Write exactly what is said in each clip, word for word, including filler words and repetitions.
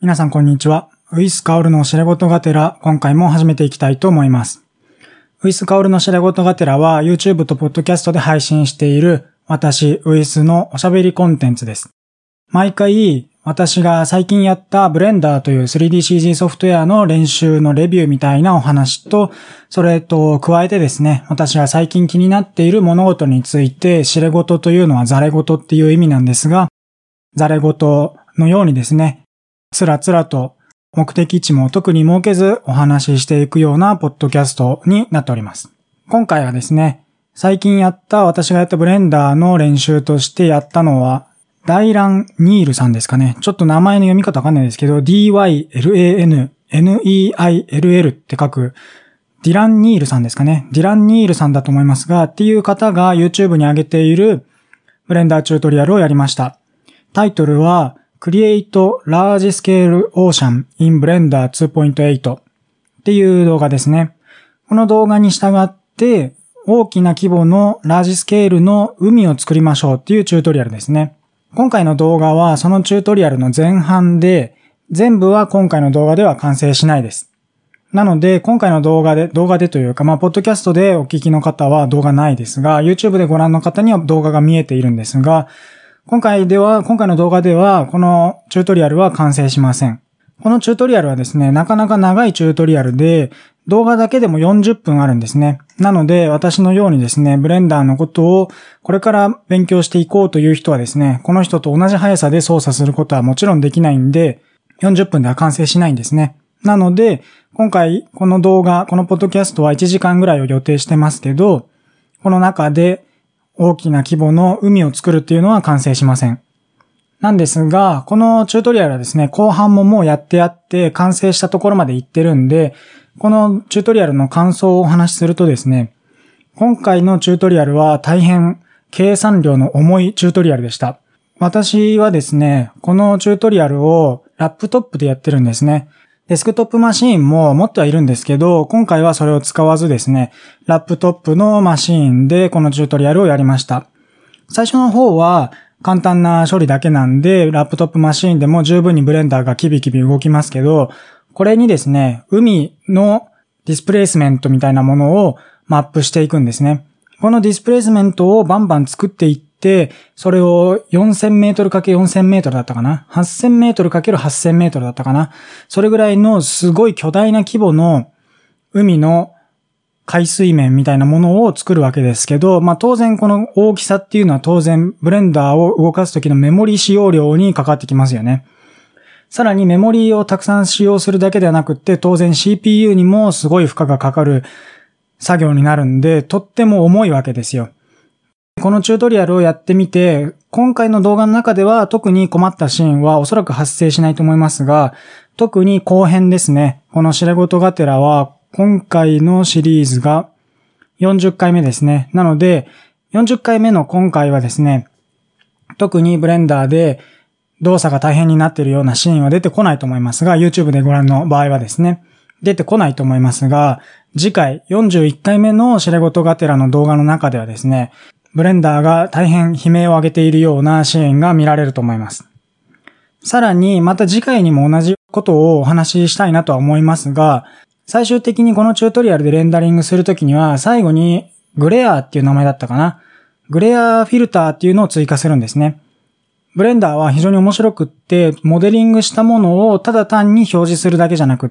皆さんこんにちは。ウィスカオルのしれごとがてら、今回も始めていきたいと思います。ウィスカオルのしれごとがてらは YouTube と Podcast で配信している私、ウィスのおしゃべりコンテンツです。毎回、私が最近やったブレンダーという スリーディーシージー ソフトウェアの練習のレビューみたいなお話と、それと加えてですね、私が最近気になっている物事について、しれごとというのはざれごとっていう意味なんですが、ざれごとのようにですね、つらつらと目的地も特に設けずお話ししていくようなポッドキャストになっております。今回はですね、最近やった私がやったブレンダーの練習としてやったのは、ダイラン・ニールさんですかね。ちょっと名前の読み方わかんないですけど、ディーワイエルエーエヌエヌイーアイエルエル って書く、ディラン・ニールさんですかね。ディラン・ニールさんだと思いますが、っていう方が YouTube に上げているブレンダーチュートリアルをやりました。タイトルは、Create Large Scale Ocean in Blender ツーポイントエイト っていう動画ですね。この動画に従って大きな規模のラージスケールの海を作りましょうっていうチュートリアルですね。今回の動画はそのチュートリアルの前半で、全部は今回の動画では完成しないです。なので今回の動画で、動画でというかまあポッドキャストでお聞きの方は動画ないですが、YouTube でご覧の方には動画が見えているんですが、今回では、今回の動画では、このチュートリアルは完成しません。このチュートリアルはですね、なかなか長いチュートリアルで、動画だけでもよんじゅっぷんあるんですね。なので、私のようにですね、ブレンダーのことをこれから勉強していこうという人はですね、この人と同じ速さで操作することはもちろんできないんで、よんじゅっぷんでは完成しないんですね。なので、今回、この動画、このポッドキャストはいちじかんぐらいを予定してますけど、この中で、大きな規模の海を作るっていうのは完成しません。なんですが、このチュートリアルはですね、後半ももうやってやって完成したところまで行ってるんで、このチュートリアルの感想をお話しするとですね、今回のチュートリアルは大変計算量の重いチュートリアルでした。私はですね、このチュートリアルをラップトップでやってるんですね。デスクトップマシーンも持ってはいるんですけど、今回はそれを使わずですね、ラップトップのマシーンでこのチュートリアルをやりました。最初の方は簡単な処理だけなんで、ラップトップマシーンでも十分にブレンダーがキビキビ動きますけど、これにですね、海のディスプレイスメントみたいなものをマップしていくんですね。このディスプレイスメントをバンバン作っていって、それをよんせんメートルかけるよんせんメートルだったかな ?はっせんメートルかけるはっせんメートルだったかなそれぐらいのすごい巨大な規模の海の海水面みたいなものを作るわけですけど、まあ当然この大きさっていうのは当然ブレンダーを動かすときのメモリ使用量にかかってきますよね。さらにメモリをたくさん使用するだけではなくって当然 シーピーユー にもすごい負荷がかかる作業になるんで、とっても重いわけですよ。このチュートリアルをやってみて、今回の動画の中では特に困ったシーンはおそらく発生しないと思いますが、特に後編ですね。このしれごとがてらは、今回のシリーズがよんじゅっかいめですね。なので、よんじゅっかいめの今回はですね、特にブレンダーで動作が大変になっているようなシーンは出てこないと思いますが、YouTube でご覧の場合はですね、出てこないと思いますが、次回よんじゅういっかいめのしれごとがてらの動画の中ではですね、ブレンダーが大変悲鳴を上げているようなシーンが見られると思います。さらにまた次回にも同じことをお話ししたいなとは思いますが、最終的にこのチュートリアルでレンダリングするときには最後にグレアっていう名前だったかな。グレアフィルターっていうのを追加するんですね。ブレンダーは非常に面白くって、モデリングしたものをただ単に表示するだけじゃなくって、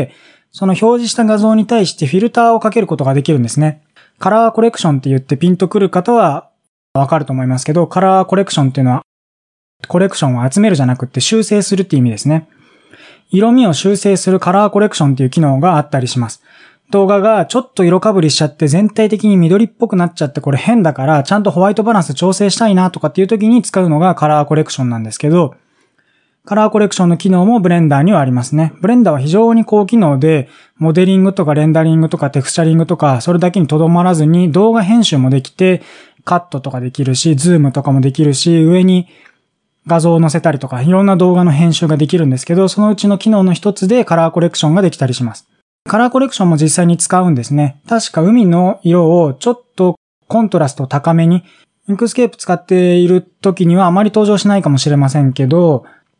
その表示した画像に対してフィルターをかけることができるんですね。カラーコレクションって言ってピンとくる方はわかると思いますけど、カラーコレクションっていうのはコレクションを集めるじゃなくって修正するっていう意味ですね。色味を修正するカラーコレクションっていう機能があったりします。動画がちょっと色かぶりしちゃって全体的に緑っぽくなっちゃってこれ変だからちゃんとホワイトバランス調整したいなとかっていう時に使うのがカラーコレクションなんですけど、カラーコレクションの機能もブレンダーにはありますね。ブレンダーは非常に高機能で、モデリングとかレンダリングとかテクスチャリングとか、それだけにとどまらずに動画編集もできて、カットとかできるし、ズームとかもできるし、上に画像を載せたりとか、いろんな動画の編集ができるんですけど、そのうちの機能の一つでカラーコレクションができたりします。カラーコレクションも実際に使うんですね。確か海の色をちょっとコントラスト高めに、インクスケープ使っている時にはあまり登場しないかもしれませんけど、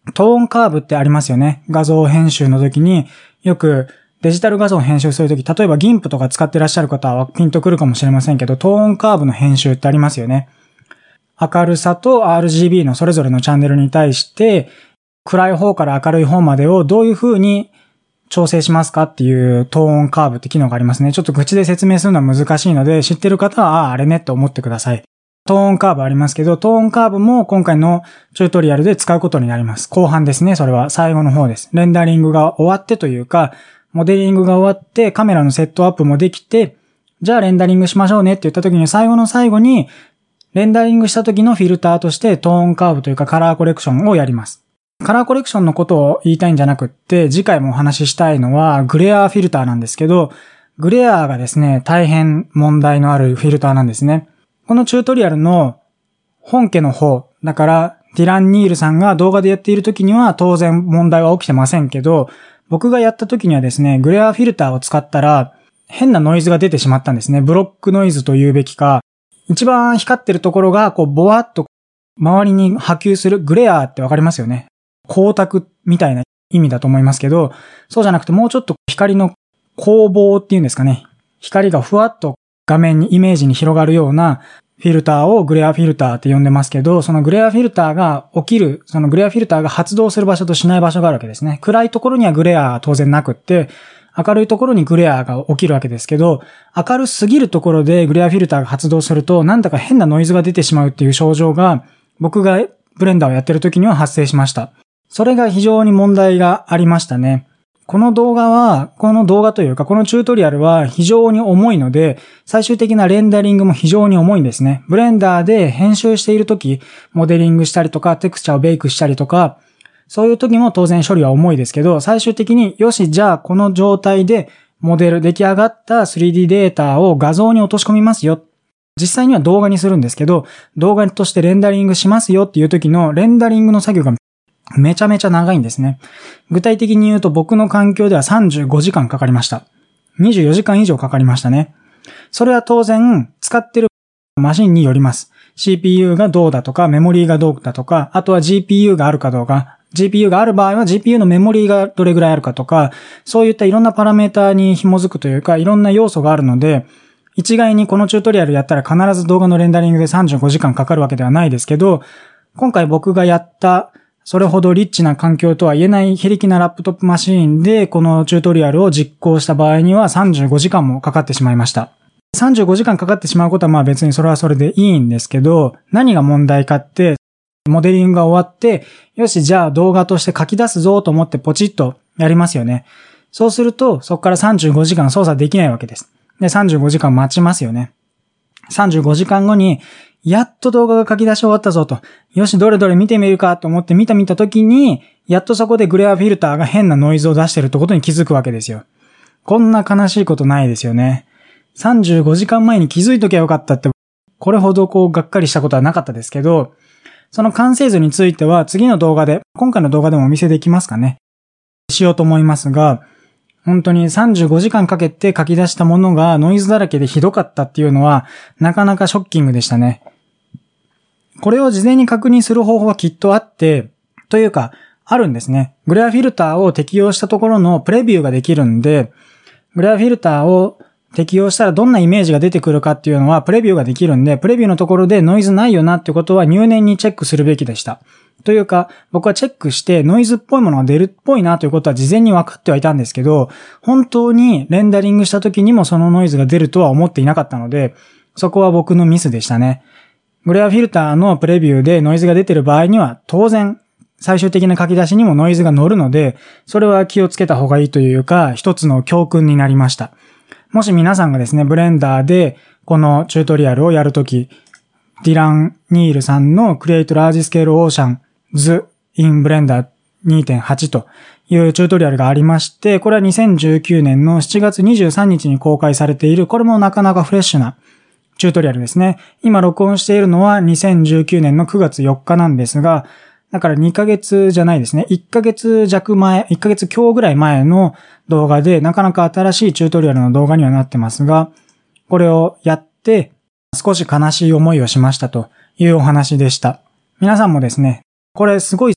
トーンカーブってありますよね。画像編集の時によくデジタル画像を編集するとき、例えば ギンプ とか使ってらっしゃる方はピンとくるかもしれませんけど、トーンカーブの編集ってありますよね。明るさと アールジービー のそれぞれのチャンネルに対して、暗い方から明るい方までをどういう風に調整しますかっていうトーンカーブって機能がありますね。ちょっと口で説明するのは難しいので、知ってる方は、ああ、あれねって思ってください。トーンカーブありますけど、トーンカーブも今回のチュートリアルで使うことになります。後半ですね。それは最後の方です。レンダリングが終わってというか、モデリングが終わってカメラのセットアップもできて、じゃあレンダリングしましょうねって言った時に最後の最後に、レンダリングした時のフィルターとしてトーンカーブというかカラーコレクションをやります。カラーコレクションのことを言いたいんじゃなくって、次回もお話ししたいのはグレアフィルターなんですけど、グレアがですね、大変問題のあるフィルターなんですね。このチュートリアルの本家の方、だからディラン・ニールさんが動画でやっている時には当然問題は起きてませんけど、僕がやった時にはですね、グレアフィルターを使ったら変なノイズが出てしまったんですね。ブロックノイズと言うべきか、一番光ってるところがこうボワッと周りに波及するグレアってわかりますよね。光沢みたいな意味だと思いますけど、そうじゃなくてもうちょっと光の光芒っていうんですかね。光がふわっと画面にイメージに広がるようなフィルターをグレアフィルターって呼んでますけど、そのグレアフィルターが起きる、そのグレアフィルターが発動する場所としない場所があるわけですね。暗いところにはグレアは当然なくって、明るいところにグレアが起きるわけですけど、明るすぎるところでグレアフィルターが発動すると、なんだか変なノイズが出てしまうっていう症状が、僕がブレンダーをやってる時には発生しました。それが非常に問題がありましたね。この動画は、この動画というか、このチュートリアルは非常に重いので、最終的なレンダリングも非常に重いんですね。ブレンダーで編集しているとき、モデリングしたりとか、テクスチャーをベイクしたりとか、そういう時も当然処理は重いですけど、最終的に、よし、じゃあこの状態でモデル、出来上がった スリーディー データを画像に落とし込みますよ。実際には動画にするんですけど、動画としてレンダリングしますよっていう時のレンダリングの作業がめちゃめちゃ長いんですね。具体的に言うと僕の環境ではさんじゅうごじかんかかりました。にじゅうよじかん以上かかりましたね。それは当然使ってるマシンによります。シーピーユー がどうだとか、メモリーがどうだとか、あとは ジーピーユー があるかどうか、ジーピーユー がある場合は ジーピーユー のメモリーがどれぐらいあるかとか、そういったいろんなパラメーターに紐づくというか、いろんな要素があるので、一概にこのチュートリアルやったら必ず動画のレンダリングでさんじゅうごじかんかかるわけではないですけど、今回僕がやったそれほどリッチな環境とは言えない非力なラップトップマシーンでこのチュートリアルを実行した場合にはさんじゅうごじかんもかかってしまいました。さんじゅうごじかんかかってしまうことはまあ別にそれはそれでいいんですけど、何が問題かってモデリングが終わって、よしじゃあ動画として書き出すぞと思ってポチッとやりますよね。そうするとそこからさんじゅうごじかん操作できないわけです。で、さんじゅうごじかん待ちますよね。さんじゅうごじかんごに、やっと動画が書き出し終わったぞと。よし、どれどれ見てみるかと思って見た見たときに、やっとそこでグレアフィルターが変なノイズを出してるってことに気づくわけですよ。こんな悲しいことないですよね。さんじゅうごじかんまえに気づいときゃよかったって、これほどこうがっかりしたことはなかったですけど、その完成図については次の動画で、今回の動画でもお見せできますかね。しようと思いますが、本当にさんじゅうごじかんかけて書き出したものがノイズだらけでひどかったっていうのはなかなかショッキングでしたね。これを事前に確認する方法はきっとあって、というかあるんですね。グレアフィルターを適用したところのプレビューができるんで、グレアフィルターを適用したらどんなイメージが出てくるかっていうのはプレビューができるんで、プレビューのところでノイズないよなってことは入念にチェックするべきでした。というか、僕はチェックしてノイズっぽいものが出るっぽいなということは事前に分かってはいたんですけど、本当にレンダリングした時にもそのノイズが出るとは思っていなかったので、そこは僕のミスでしたね。グレアフィルターのプレビューでノイズが出てる場合には当然最終的な書き出しにもノイズが乗るので、それは気をつけた方がいいというか、一つの教訓になりました。もし皆さんがですね、ブレンダーでこのチュートリアルをやるとき、ディラン・ニールさんの Create Large Scale Ocean The in Blender にてんはち というチュートリアルがありまして、これはにせんじゅうきゅうねんのしちがつにじゅうさんにちに公開されている、これもなかなかフレッシュなチュートリアルですね。今録音しているのはにせんじゅうきゅうねんのくがつよっかなんですが、だからにかげつじゃないですね。いっかげつじゃく前、いっかげつ強ぐらい前の動画で、なかなか新しいチュートリアルの動画にはなってますが、これをやって少し悲しい思いをしましたというお話でした。皆さんもですね、これすごい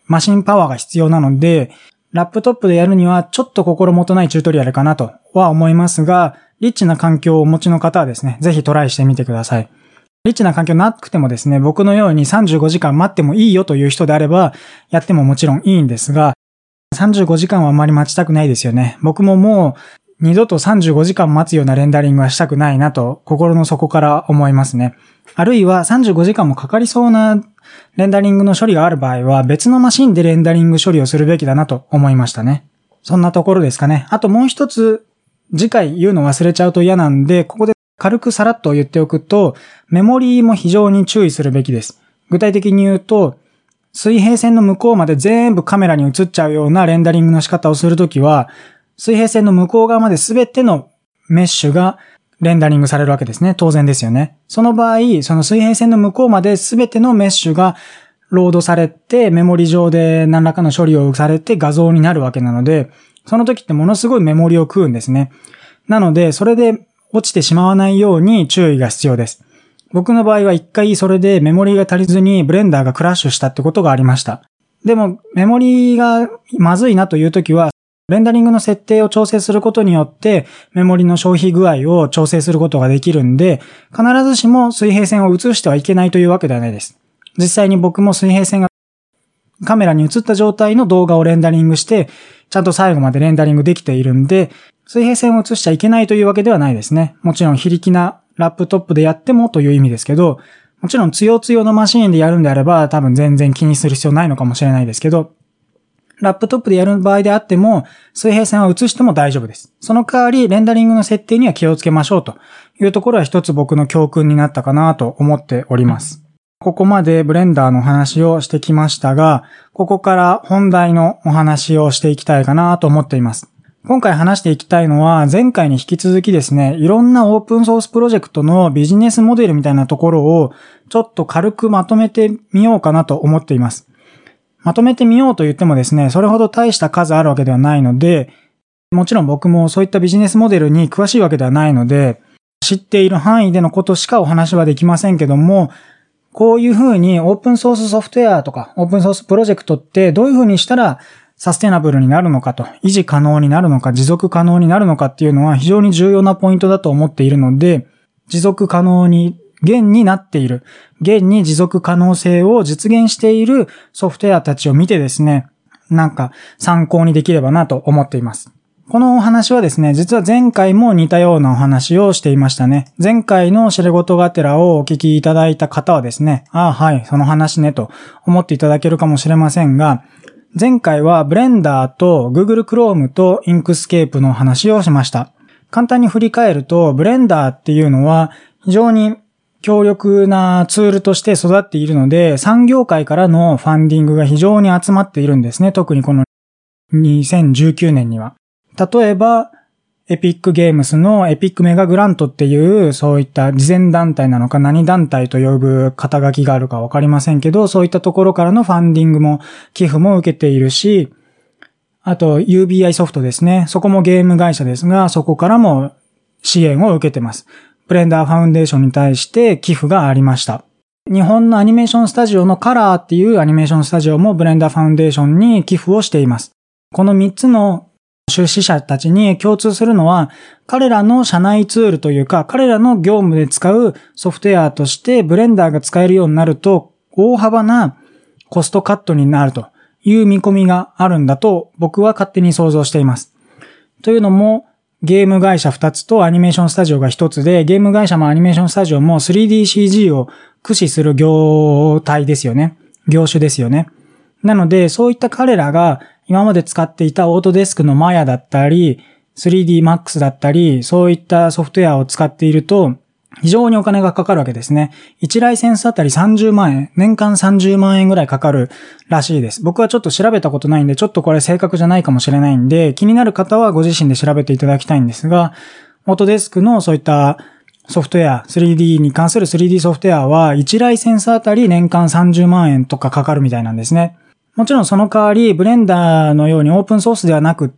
マシンパワーが必要なので、ラップトップでやるにはちょっと心もとないチュートリアルかなとは思いますが、リッチな環境をお持ちの方はですね、ぜひトライしてみてください。リッチな環境なくてもですね、僕のようにさんじゅうごじかん待ってもいいよという人であれば、やってももちろんいいんですが、さんじゅうごじかんはあまり待ちたくないですよね。僕ももう二度とさんじゅうごじかん待つようなレンダリングはしたくないなと心の底から思いますね。あるいはさんじゅうごじかんもかかりそうなレンダリングの処理がある場合は別のマシンでレンダリング処理をするべきだなと思いましたね。そんなところですかね。あともう一つ次回言うの忘れちゃうと嫌なんで、ここで軽くさらっと言っておくと、メモリーも非常に注意するべきです。具体的に言うと、水平線の向こうまで全部カメラに映っちゃうようなレンダリングの仕方をするときは、水平線の向こう側まで全てのメッシュがレンダリングされるわけですね。当然ですよね。その場合、その水平線の向こうまで全てのメッシュがロードされて、メモリ上で何らかの処理をされて画像になるわけなので、その時ってものすごいメモリを食うんですね。なので、それで落ちてしまわないように注意が必要です。僕の場合は一回それでメモリが足りずにブレンダーがクラッシュしたってことがありました。でもメモリがまずいなという時は、レンダリングの設定を調整することによってメモリの消費具合を調整することができるんで、必ずしも水平線を映してはいけないというわけではないです。実際に僕も水平線がカメラに映った状態の動画をレンダリングして、ちゃんと最後までレンダリングできているんで、水平線を映しちゃいけないというわけではないですね。もちろん非力なラップトップでやってもという意味ですけど、もちろん強強のマシーンでやるんであれば多分全然気にする必要ないのかもしれないですけど、ラップトップでやる場合であっても水平線を映しても大丈夫です。その代わりレンダリングの設定には気をつけましょうというところは一つ僕の教訓になったかなと思っております。ここまでブレンダーの話をしてきましたが、ここから本題のお話をしていきたいかなと思っています。今回話していきたいのは前回に引き続きですね、いろんなオープンソースプロジェクトのビジネスモデルみたいなところをちょっと軽くまとめてみようかなと思っています。まとめてみようと言ってもですね、それほど大した数あるわけではないので、もちろん僕もそういったビジネスモデルに詳しいわけではないので、知っている範囲でのことしかお話はできませんけども、こういうふうにオープンソースソフトウェアとかオープンソースプロジェクトってどういうふうにしたらサステナブルになるのかと、維持可能になるのか、持続可能になるのかっていうのは非常に重要なポイントだと思っているので、持続可能に、現になっている、現に持続可能性を実現しているソフトウェアたちを見てですね、なんか参考にできればなと思っています。このお話はですね、実は前回も似たようなお話をしていましたね。前回のシェレゴトがてらをお聞きいただいた方はですね、ああはい、その話ねと思っていただけるかもしれませんが、前回はブレンダーと Google Chrome と Inkscape の話をしました。簡単に振り返ると、ブレンダーっていうのは非常に強力なツールとして育っているので、産業界からのファンディングが非常に集まっているんですね。特にこのにせんじゅうきゅうねんには。例えば、エピックゲームスのエピックメガグラントっていうそういった慈善団体なのか何団体と呼ぶ肩書きがあるかわかりませんけど、そういったところからのファンディングも寄付も受けているし、あと ユービーアイ ソフトですね。そこもゲーム会社ですが、そこからも支援を受けてます。ブレンダーファウンデーションに対して寄付がありました。日本のアニメーションスタジオのカラーっていうアニメーションスタジオもブレンダーファウンデーションに寄付をしています。このみっつの出資者たちに共通するのは、彼らの社内ツールというか、彼らの業務で使うソフトウェアとしてブレンダーが使えるようになると、大幅なコストカットになるという見込みがあるんだと僕は勝手に想像しています。というのも、ゲーム会社ふたつとアニメーションスタジオがひとつで、ゲーム会社もアニメーションスタジオも スリーディーシージー を駆使する業態ですよね。業種ですよね。なので、そういった彼らが今まで使っていたオートデスクのマヤだったり、スリーディーマックス だったり、そういったソフトウェアを使っていると、非常にお金がかかるわけですね。いちライセンスあたりさんじゅうまんえん、年間さんじゅうまんえんぐらいかかるらしいです。僕はちょっと調べたことないんで、ちょっとこれ正確じゃないかもしれないんで、気になる方はご自身で調べていただきたいんですが、オートデスクのそういったソフトウェア、スリーディー に関する スリーディー ソフトウェアはいちライセンスあたり年間さんじゅうまんえんとかかかるみたいなんですね。もちろんその代わり、ブレンダーのようにオープンソースではなくって、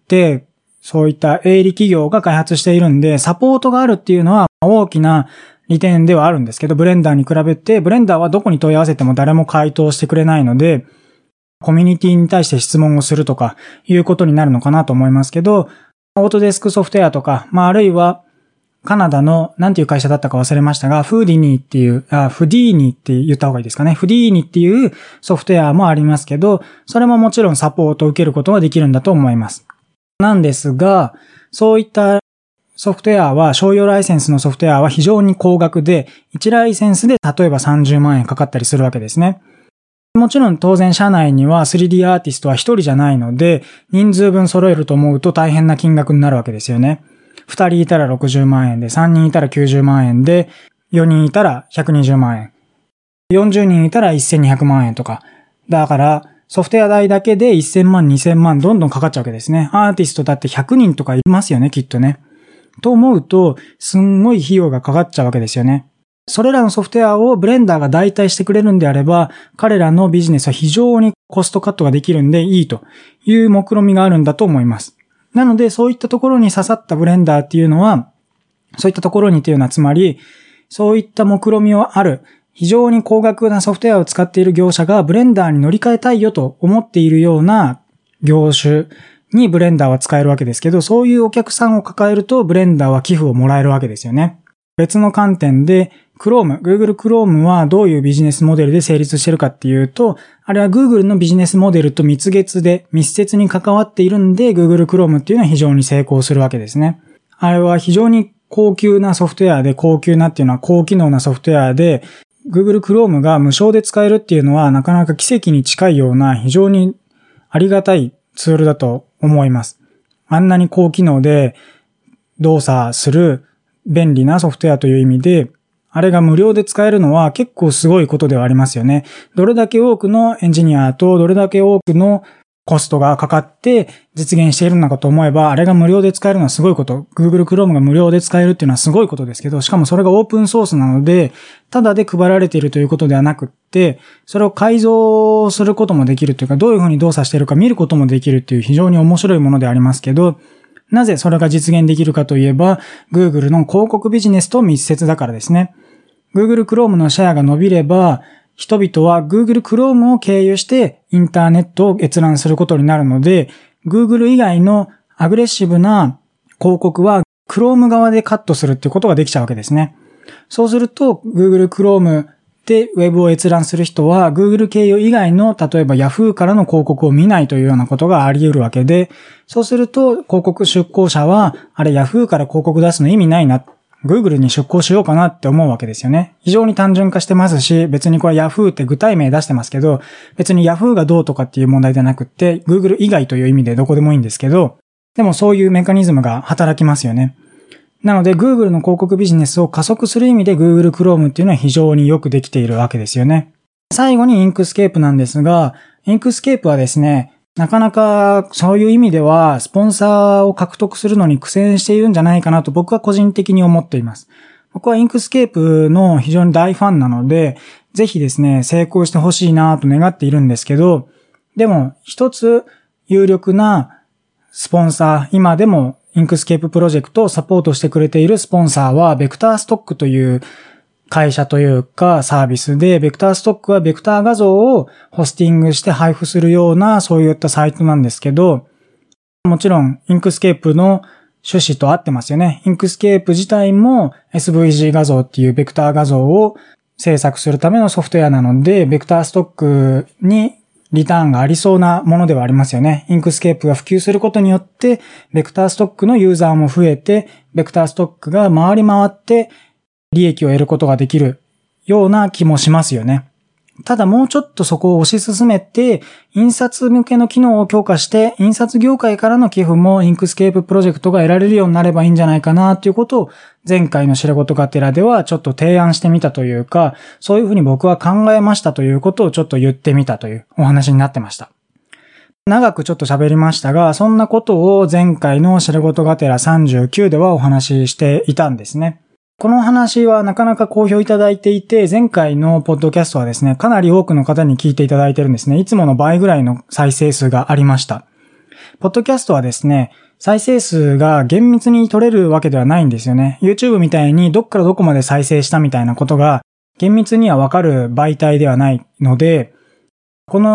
そういった営利企業が開発しているんで、サポートがあるっていうのは大きな利点ではあるんですけど、ブレンダーに比べて、ブレンダーはどこに問い合わせても誰も回答してくれないので、 コミュニティに対して質問をするとかいうことになるのかなと思いますけど、オートデスクソフトウェアとか、まああるいはカナダのなんていう会社だったか忘れましたが、フーディニーっていう、あ、フディーニって言った方がいいですかね。フディーニっていうソフトウェアもありますけど、それももちろんサポートを受けることができるんだと思います。なんですが、そういったソフトウェアは、商用ライセンスのソフトウェアは非常に高額で、いちライセンスで例えばさんじゅうまんえんかかったりするわけですね。もちろん当然社内には スリーディー アーティストはひとりじゃないので、人数分揃えると思うと大変な金額になるわけですよね。ふたりいたらろくじゅうまんえんで、さんにんいたらきゅうじゅうまんえんで、よにんいたらひゃくにじゅうまんえん。よんじゅうにんいたらせんにひゃくまんえんとか。だから、ソフトウェア代だけでせんまん、にせんまんどんどんかかっちゃうわけですね。アーティストだってひゃくにんとかいますよね、きっとね。と思うと、すんごい費用がかかっちゃうわけですよね。それらのソフトウェアをブレンダーが代替してくれるんであれば、彼らのビジネスは非常にコストカットができるんでいいという目論見があるんだと思います。なので、そういったところに刺さったブレンダーっていうのは、そういったところにっていうのはつまり、そういった目論見をある、非常に高額なソフトウェアを使っている業者がブレンダーに乗り換えたいよと思っているような業種にブレンダーは使えるわけですけど、そういうお客さんを抱えるとブレンダーは寄付をもらえるわけですよね。別の観点で Chrome、Google Chrome はどういうビジネスモデルで成立しているかっていうと、あれは Google のビジネスモデルと蜜月で密接に関わっているんで Google Chrome っていうのは非常に成功するわけですね。あれは非常に高級なソフトウェアで、高級なっていうのは高機能なソフトウェアで、Google Chrome が無償で使えるっていうのはなかなか奇跡に近いような非常にありがたいツールだと思います。あんなに高機能で動作する便利なソフトウェアという意味で、あれが無料で使えるのは結構すごいことではありますよね。どれだけ多くのエンジニアとどれだけ多くのコストがかかって実現しているのかと思えば、あれが無料で使えるのはすごいこと。Google Chrome が無料で使えるっていうのはすごいことですけど、しかもそれがオープンソースなので、ただで配られているということではなくって、それを改造することもできるというか、どういうふうに動作しているか見ることもできるっていう非常に面白いものでありますけど、なぜそれが実現できるかといえば、Google の広告ビジネスと密接だからですね。Google Chrome のシェアが伸びれば、人々は Google Chrome を経由してインターネットを閲覧することになるので、Google 以外のアグレッシブな広告は Chrome 側でカットするっていうことができちゃうわけですね。そうすると Google Chrome で Web を閲覧する人は Google 経由以外の例えば Yahoo からの広告を見ないというようなことがあり得るわけで、そうすると広告出稿者はあれ Yahoo から広告出すの意味ないな。Google に出稿しようかなって思うわけですよね。非常に単純化してますし、別にこれ Yahoo って具体名出してますけど、別に Yahoo がどうとかっていう問題じゃなくって、Google 以外という意味でどこでもいいんですけど、でもそういうメカニズムが働きますよね。なので Google の広告ビジネスを加速する意味で Google Chrome っていうのは非常によくできているわけですよね。最後に Inkscape なんですが、Inkscape はですね、なかなかそういう意味ではスポンサーを獲得するのに苦戦しているんじゃないかなと僕は個人的に思っています。僕はインクスケープの非常に大ファンなので、ぜひですね、成功してほしいなと願っているんですけど、でも一つ有力なスポンサー、今でもインクスケーププロジェクトをサポートしてくれているスポンサーはベクターストックという会社というかサービスで、ベクターストックはベクター画像をホスティングして配布するようなそういったサイトなんですけど、もちろんインクスケープの趣旨と合ってますよね。インクスケープ自体も エスブイジー 画像っていうベクター画像を制作するためのソフトウェアなので、ベクターストックにリターンがありそうなものではありますよね。インクスケープが普及することによって、ベクターストックのユーザーも増えて、ベクターストックが回り回って利益を得ることができるような気もしますよね。ただもうちょっとそこを推し進めて、印刷向けの機能を強化して、印刷業界からの寄付もインクスケーププロジェクトが得られるようになればいいんじゃないかなということを前回の白言がてらではちょっと提案してみたというか、そういうふうに僕は考えましたということをちょっと言ってみたというお話になってました。長くちょっと喋りましたが、そんなことを前回の白言がてらさんじゅうきゅうではお話ししていたんですね。この話はなかなか好評いただいていて、前回のポッドキャストはですね、かなり多くの方に聞いていただいてるんですね。いつもの倍ぐらいの再生数がありました。ポッドキャストはですね、再生数が厳密に取れるわけではないんですよね。YouTube みたいにどっからどこまで再生したみたいなことが厳密にはわかる媒体ではないので、この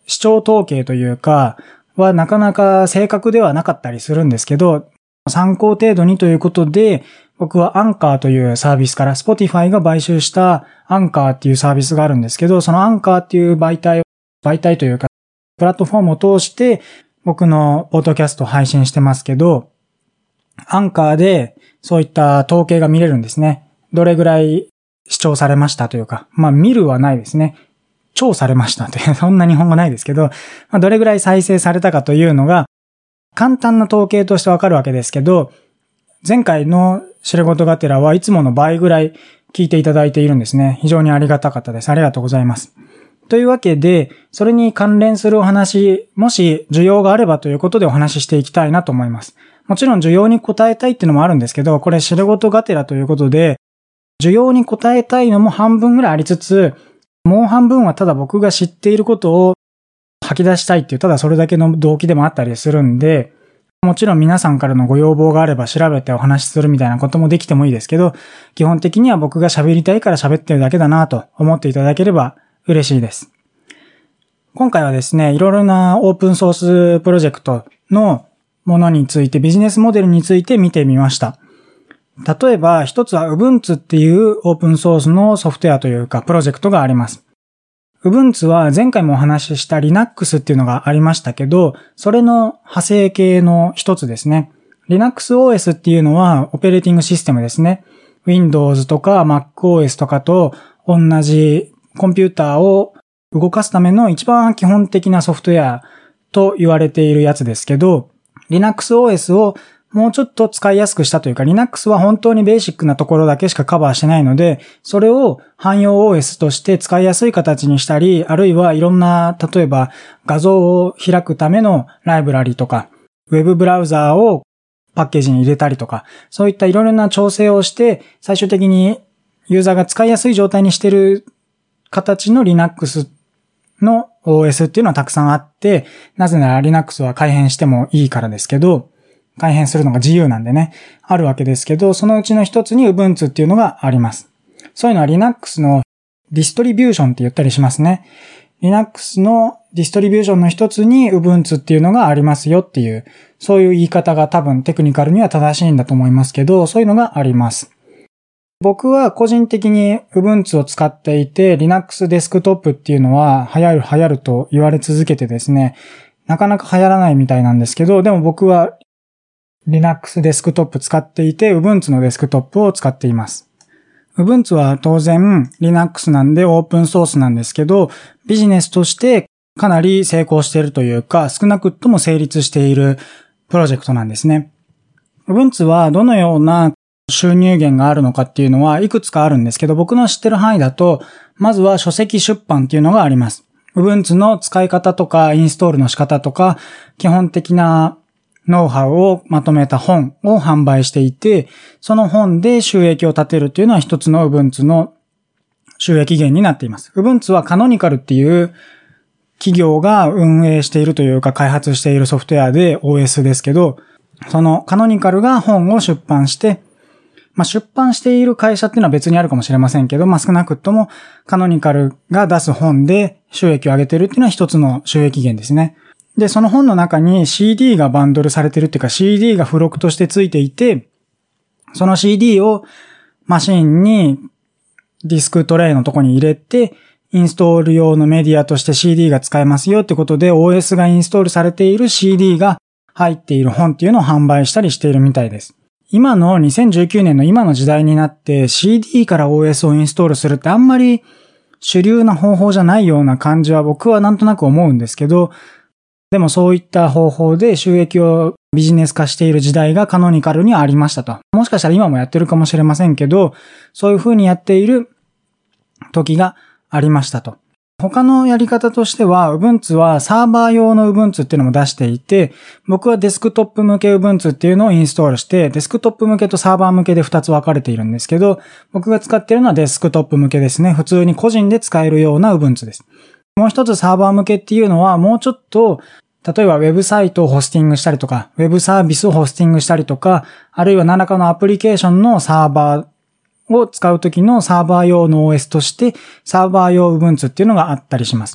視聴統計というか、はなかなか正確ではなかったりするんですけど、参考程度にということで、僕はアンカーというサービスから、Spotify が買収したアンカーっていうサービスがあるんですけど、そのアンカーっていう媒体を、媒体というか、プラットフォームを通して、僕のポッドキャストを配信してますけど、アンカーでそういった統計が見れるんですね。どれぐらい視聴されましたというか、まあ見るはないですね。聴されましたという、そんな日本語ないですけど、まあ、どれぐらい再生されたかというのが、簡単な統計としてわかるわけですけど、前回の知れ事がてらはいつもの倍ぐらい聞いていただいているんですね。非常にありがたかったです。ありがとうございます。というわけで、それに関連するお話、もし需要があればということでお話ししていきたいなと思います。もちろん需要に応えたいっていうのもあるんですけど、これ知れ事がてらということで、需要に応えたいのも半分ぐらいありつつ、もう半分はただ僕が知っていることを吐き出したいっていう、ただそれだけの動機でもあったりするんで、もちろん皆さんからのご要望があれば調べてお話しするみたいなこともできてもいいですけど、基本的には僕が喋りたいから喋ってるだけだなと思っていただければ嬉しいです。今回はですね、いろいろなオープンソースプロジェクトのものについて、ビジネスモデルについて見てみました。例えば一つは Ubuntu っていうオープンソースのソフトウェアというかプロジェクトがあります。Ubuntu は前回もお話しした Linux っていうのがありましたけど、それの派生系の一つですね。LinuxOS っていうのはオペレーティングシステムですね。Windows とか MacOS とかと同じコンピューターを動かすための一番基本的なソフトウェアと言われているやつですけど、LinuxOS をもうちょっと使いやすくしたというか、Linux は本当にベーシックなところだけしかカバーしてないので、それを汎用 オーエス として使いやすい形にしたり、あるいはいろんな、例えば画像を開くためのライブラリとか、ウェブブラウザーをパッケージに入れたりとか、そういったいろいろな調整をして、最終的にユーザーが使いやすい状態にしている形の Linux の オーエス っていうのはたくさんあって、なぜなら Linux は改変してもいいからですけど、改変するのが自由なんでね、あるわけですけど、そのうちの一つに Ubuntu っていうのがあります。そういうのは Linux のディストリビューションって言ったりしますね。Linux のディストリビューションの一つに Ubuntu っていうのがありますよっていう、そういう言い方が多分テクニカルには正しいんだと思いますけど、そういうのがあります。僕は個人的に Ubuntu を使っていて、Linux デスクトップっていうのは流行る流行ると言われ続けてですね、なかなか流行らないみたいなんですけど、でも僕はLinux デスクトップ使っていて、Ubuntu のデスクトップを使っています。Ubuntu は当然 Linux なんでオープンソースなんですけど、ビジネスとしてかなり成功しているというか、少なくとも成立しているプロジェクトなんですね。Ubuntu はどのような収入源があるのかっていうのはいくつかあるんですけど、僕の知ってる範囲だと、まずは書籍出版っていうのがあります。Ubuntu の使い方とか、インストールの仕方とか、基本的なノウハウをまとめた本を販売していて、その本で収益を立てるというのは一つの Ubuntu の収益源になっています。Ubuntu はカノニカルっていう企業が運営しているというか開発しているソフトウェアで オーエス ですけど、そのカノニカルが本を出版して、まあ、出版している会社っていうのは別にあるかもしれませんけど、まあ、少なくともカノニカルが出す本で収益を上げているっていうのは一つの収益源ですね。で、その本の中に シーディー がバンドルされてるっていうか シーディー が付録として付いていて、その シーディー をマシンにディスクトレイのとこに入れて、インストール用のメディアとして シーディー が使えますよってことで オーエス がインストールされている シーディー が入っている本っていうのを販売したりしているみたいです。今のにせんじゅうきゅうねんの今の時代になって シーディー から オーエス をインストールするってあんまり主流な方法じゃないような感じは僕はなんとなく思うんですけど、でもそういった方法で収益をビジネス化している時代がカノニカルにありましたと。もしかしたら今もやってるかもしれませんけど、そういう風にやっている時がありましたと。他のやり方としては、Ubuntu はサーバー用の Ubuntu っていうのも出していて、僕はデスクトップ向け Ubuntu っていうのをインストールして、デスクトップ向けとサーバー向けでふたつ分かれているんですけど、僕が使っているのはデスクトップ向けですね。普通に個人で使えるような Ubuntu です。もう一つサーバー向けっていうのは、もうちょっと、例えばウェブサイトをホスティングしたりとか、ウェブサービスをホスティングしたりとか、あるいは何らかのアプリケーションのサーバーを使うときのサーバー用の オーエス として、サーバー用 Ubuntu っていうのがあったりします。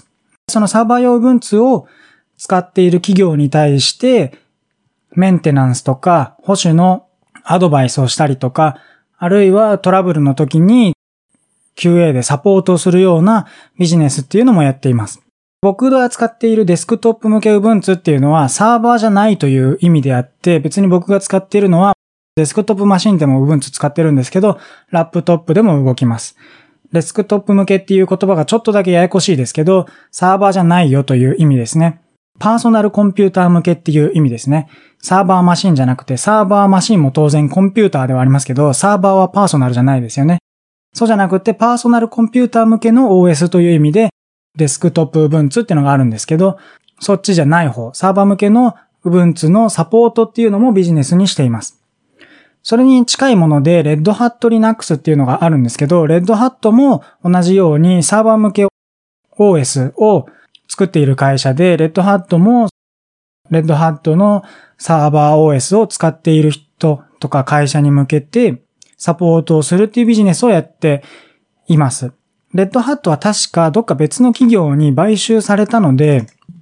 そのサーバー用 Ubuntu を使っている企業に対して、メンテナンスとか保守のアドバイスをしたりとか、あるいはトラブルの時に キューエー でサポートをするようなビジネスっていうのもやっています。僕が使っているデスクトップ向け Ubuntu っていうのはサーバーじゃないという意味であって、別に僕が使っているのはデスクトップマシンでも Ubuntu 使ってるんですけど、ラップトップでも動きます。デスクトップ向けっていう言葉がちょっとだけややこしいですけど、サーバーじゃないよという意味ですね。パーソナルコンピューター向けっていう意味ですね。サーバーマシンじゃなくて、サーバーマシンも当然コンピューターではありますけど、サーバーはパーソナルじゃないですよね。そうじゃなくて、パーソナルコンピューター向けの オーエス という意味で、デスクトップ Ubuntu っていうのがあるんですけど、そっちじゃない方、サーバー向けの Ubuntu のサポートっていうのもビジネスにしています。それに近いもので Red Hat Linux っていうのがあるんですけど、Red Hat も同じようにサーバー向け オーエス を作っている会社で、Red Hat も Red Hat のサーバー オーエス を使っている人とか会社に向けてサポートをするっていうビジネスをやっています。Red Hat は確かどっか別の企業に買収されたので、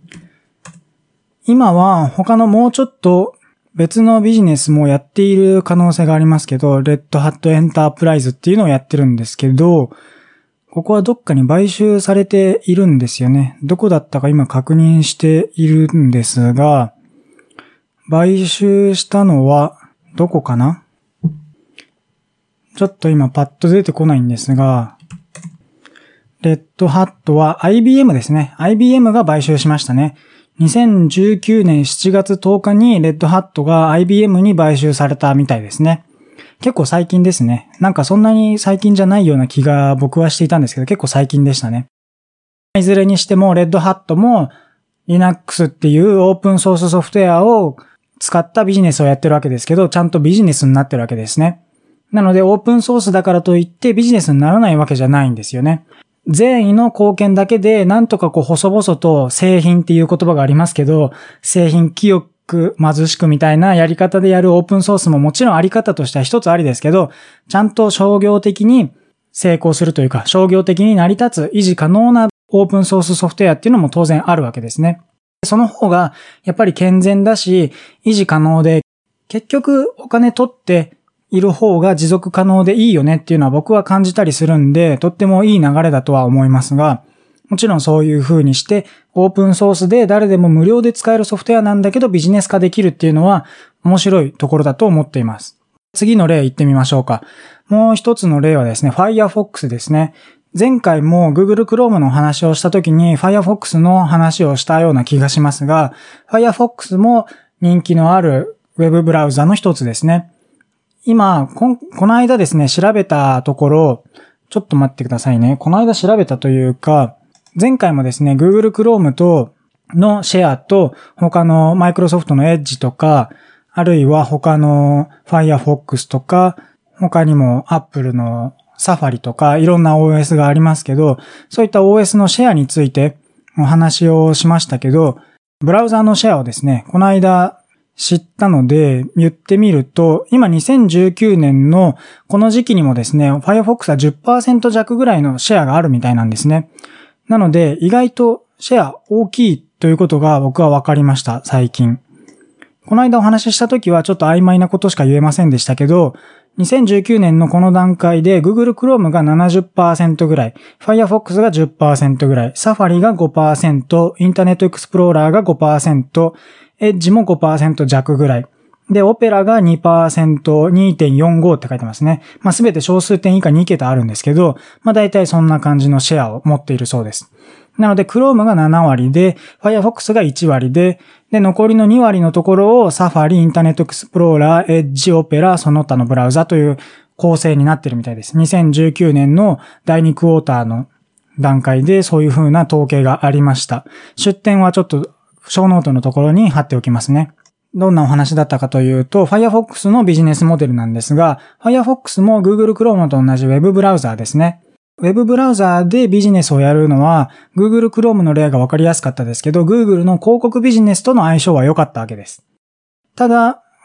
今は他のもうちょっと別のビジネスもやっている可能性がありますけど、Red Hat Enterprise っていうのをやってるんですけど、ここはどっかに買収されているんですよね。どこだったか今確認しているんですが、買収したのはどこかな？ちょっと今パッと出てこないんですが、Red Hat は アイビーエム ですね。アイビーエム が買収しましたね。にせんじゅうきゅうねんしちがつとおかに Red Hat が アイビーエム に買収されたみたいですね。結構最近ですね。なんかそんなに最近じゃないような気が僕はしていたんですけど、結構最近でしたね。いずれにしても Red Hat も Linux っていうオープンソースソフトウェアを使ったビジネスをやってるわけですけど、ちゃんとビジネスになってるわけですね。なのでオープンソースだからといってビジネスにならないわけじゃないんですよね。善意の貢献だけでなんとかこう細々と製品っていう言葉がありますけど、製品清く貧しくみたいなやり方でやるオープンソースももちろんあり方としては一つありですけど、ちゃんと商業的に成功するというか、商業的に成り立つ維持可能なオープンソースソフトウェアっていうのも当然あるわけですね。その方がやっぱり健全だし、維持可能で、結局お金取っている方が持続可能でいいよねっていうのは僕は感じたりするんで、とってもいい流れだとは思いますが、もちろんそういう風にして、オープンソースで誰でも無料で使えるソフトウェアなんだけどビジネス化できるっていうのは面白いところだと思っています。次の例行ってみましょうか。もう一つの例はですね、Firefox ですね。前回も Google Chrome の話をした時に Firefox の話をしたような気がしますが、Firefox も人気のあるウェブブラウザの一つですね。今、こ、この間ですね、調べたところ、ちょっと待ってくださいね。この間調べたというか、前回もですね、Google Chrome とのシェアと、他の Microsoft の Edge とか、あるいは他の Firefox とか、他にも Apple の Safari とか、いろんな オーエス がありますけど、そういった オーエス のシェアについてお話をしましたけど、ブラウザーのシェアをですね、この間、知ったので言ってみると、今にせんじゅうきゅうねんのこの時期にもですね、Firefox は じゅっパーセント 弱ぐらいのシェアがあるみたいなんですね。なので意外とシェア大きいということが僕は分かりました、最近。この間お話しした時はちょっと曖昧なことしか言えませんでしたけど、にせんじゅうきゅうねんのこの段階で Google Chrome が ななじゅっパーセント ぐらい、Firefox が じゅっパーセント ぐらい、Safari が ごパーセント、Internet Explorer が ごパーセント、エッジも ごパーセント 弱ぐらい。で、オペラが にパーセント、にてんよんご って書いてますね。まあ、すべて小数点以下に桁あるんですけど、まあ、大体そんな感じのシェアを持っているそうです。なので、Chrome がななわりで、Firefox がいちわりで、で、残りのにわりのところを Safari、Internet Explorer、Edge、オペラ、その他のブラウザという構成になってるみたいです。にせんじゅうきゅうねんのだいにクォーターの段階でそういう風な統計がありました。出典はちょっと小ノートのところに貼っておきますね。どんなお話だったかというと、Firefox のビジネスモデルなんですが、Firefox も Google Chrome と同じ Web ブラウザーですね。Web ブラウザーでビジネスをやるのは、Google Chrome の例が分かりやすかったですけど、Google の広告ビジネスとの相性は良かったわけです。ただ、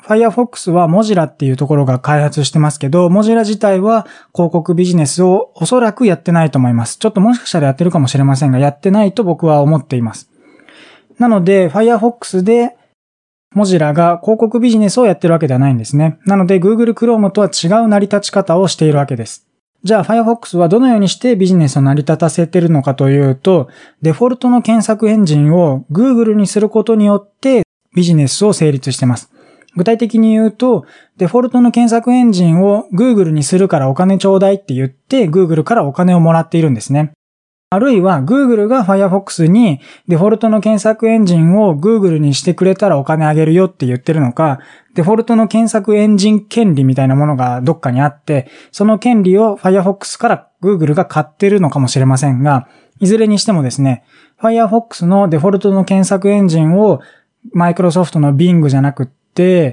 Firefox は Mozilla っていうところが開発してますけど、Mozilla 自体は広告ビジネスをおそらくやってないと思います。ちょっともしかしたらやってるかもしれませんが、やってないと僕は思っています。なので、Firefox で Mozilla が広告ビジネスをやってるわけではないんですね。なので、Google Chrome とは違う成り立ち方をしているわけです。じゃあ Firefox はどのようにしてビジネスを成り立たせているのかというと、デフォルトの検索エンジンを Google にすることによってビジネスを成立しています。具体的に言うと、デフォルトの検索エンジンを Google にするからお金ちょうだいって言って Google からお金をもらっているんですね。あるいは Google が Firefox にデフォルトの検索エンジンを Google にしてくれたらお金あげるよって言ってるのか、デフォルトの検索エンジン権利みたいなものがどっかにあって、その権利を Firefox から Google が買ってるのかもしれませんが、いずれにしてもですね、Firefox のデフォルトの検索エンジンを Microsoft の Bing じゃなくって、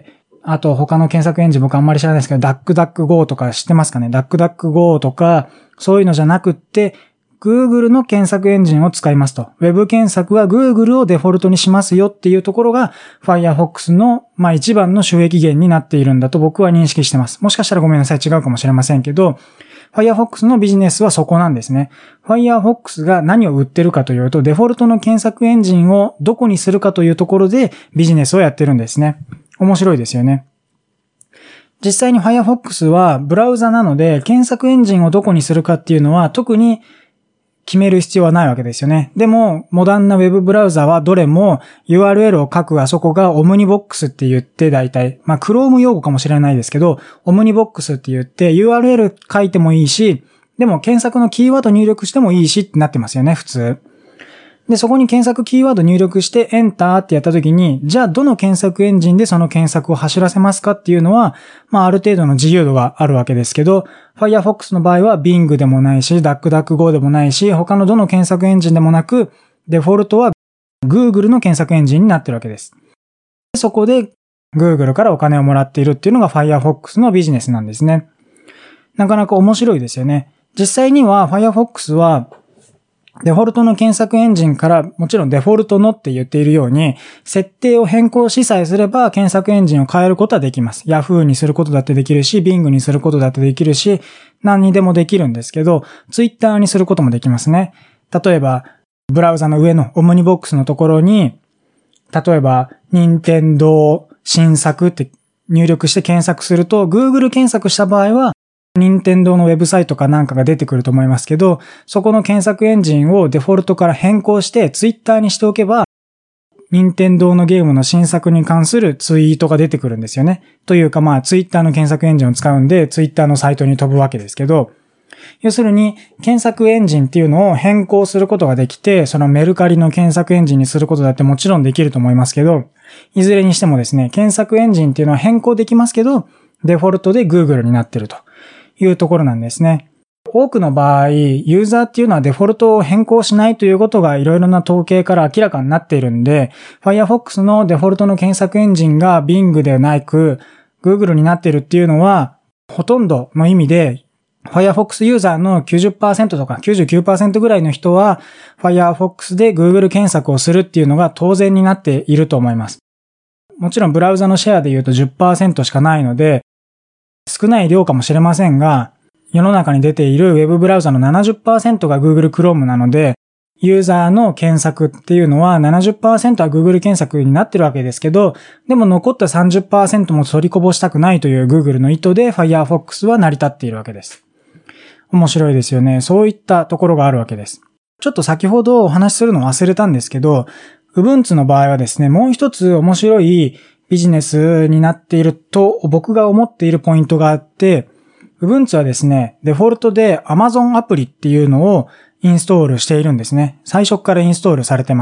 あと他の検索エンジン僕あんまり知らないですけど、DuckDuckGo とか知ってますかね？ DuckDuckGo とか、そういうのじゃなくって、Google の検索エンジンを使いますと。Web 検索は Google をデフォルトにしますよっていうところが Firefox のまあ一番の収益源になっているんだと僕は認識してます。もしかしたらごめんなさい違うかもしれませんけど、Firefox のビジネスはそこなんですね。Firefox が何を売ってるかというと、デフォルトの検索エンジンをどこにするかというところでビジネスをやってるんですね。面白いですよね。実際に Firefox はブラウザなので検索エンジンをどこにするかっていうのは特に決める必要はないわけですよね。でも、モダンなウェブブラウザはどれも ユーアールエル を書くあそこがオムニボックスって言って大体、まあ Chrome 用語かもしれないですけど、オムニボックスって言って ユーアールエル 書いてもいいし、でも検索のキーワード入力してもいいしってなってますよね、普通。で、そこに検索キーワード入力してエンターってやったときに、じゃあどの検索エンジンでその検索を走らせますかっていうのは、まあある程度の自由度があるわけですけど、Firefox の場合は Bing でもないし、DuckDuckGo でもないし、他のどの検索エンジンでもなく、デフォルトは Google の検索エンジンになってるわけです。そこで Google からお金をもらっているっていうのが Firefox のビジネスなんですね。なかなか面白いですよね。実際には Firefox はデフォルトの検索エンジンからもちろんデフォルトのって言っているように設定を変更しさえすれば検索エンジンを変えることはできます。Yahoo にすることだってできるし、Bing にすることだってできるし、何にでもできるんですけど、Twitter にすることもできますね。例えば、ブラウザの上のオムニボックスのところに、例えば、任天堂新作って入力して検索すると、Google 検索した場合は、任天堂のウェブサイトかなんかが出てくると思いますけど、そこの検索エンジンをデフォルトから変更してツイッターにしておけば、任天堂のゲームの新作に関するツイートが出てくるんですよね。というかまあツイッターの検索エンジンを使うんで、ツイッターのサイトに飛ぶわけですけど、要するに検索エンジンっていうのを変更することができて、そのメルカリの検索エンジンにすることだってもちろんできると思いますけど、いずれにしてもですね、検索エンジンっていうのは変更できますけど、デフォルトで Google になってるというところなんですね。多くの場合、ユーザーっていうのはデフォルトを変更しないということがいろいろな統計から明らかになっているんで、Firefox のデフォルトの検索エンジンが Bing でなく Google になっているっていうのは、ほとんどの意味で、Firefox ユーザーの きゅうじゅっパーセント とか きゅうじゅうきゅうパーセント ぐらいの人は Firefox で Google 検索をするっていうのが当然になっていると思います。もちろんブラウザのシェアで言うと じゅっパーセント しかないので、少ない量かもしれませんが、世の中に出ている Web ブラウザの ななじゅっパーセント が Google Chrome なので、ユーザーの検索っていうのは ななじゅっパーセント は Google 検索になってるわけですけど、でも残った さんじゅっパーセント も取りこぼしたくないという Google の意図で Firefox は成り立っているわけです。面白いですよね。そういったところがあるわけです。ちょっと先ほどお話しするの忘れたんですけど、Ubuntu の場合はですね、もう一つ面白いビジネスになっていると僕が思っているポイントがあって、Ubuntu はですね、デフォルトで Amazon アプリっていうのをインストールしているんですね。最初からインストールされてます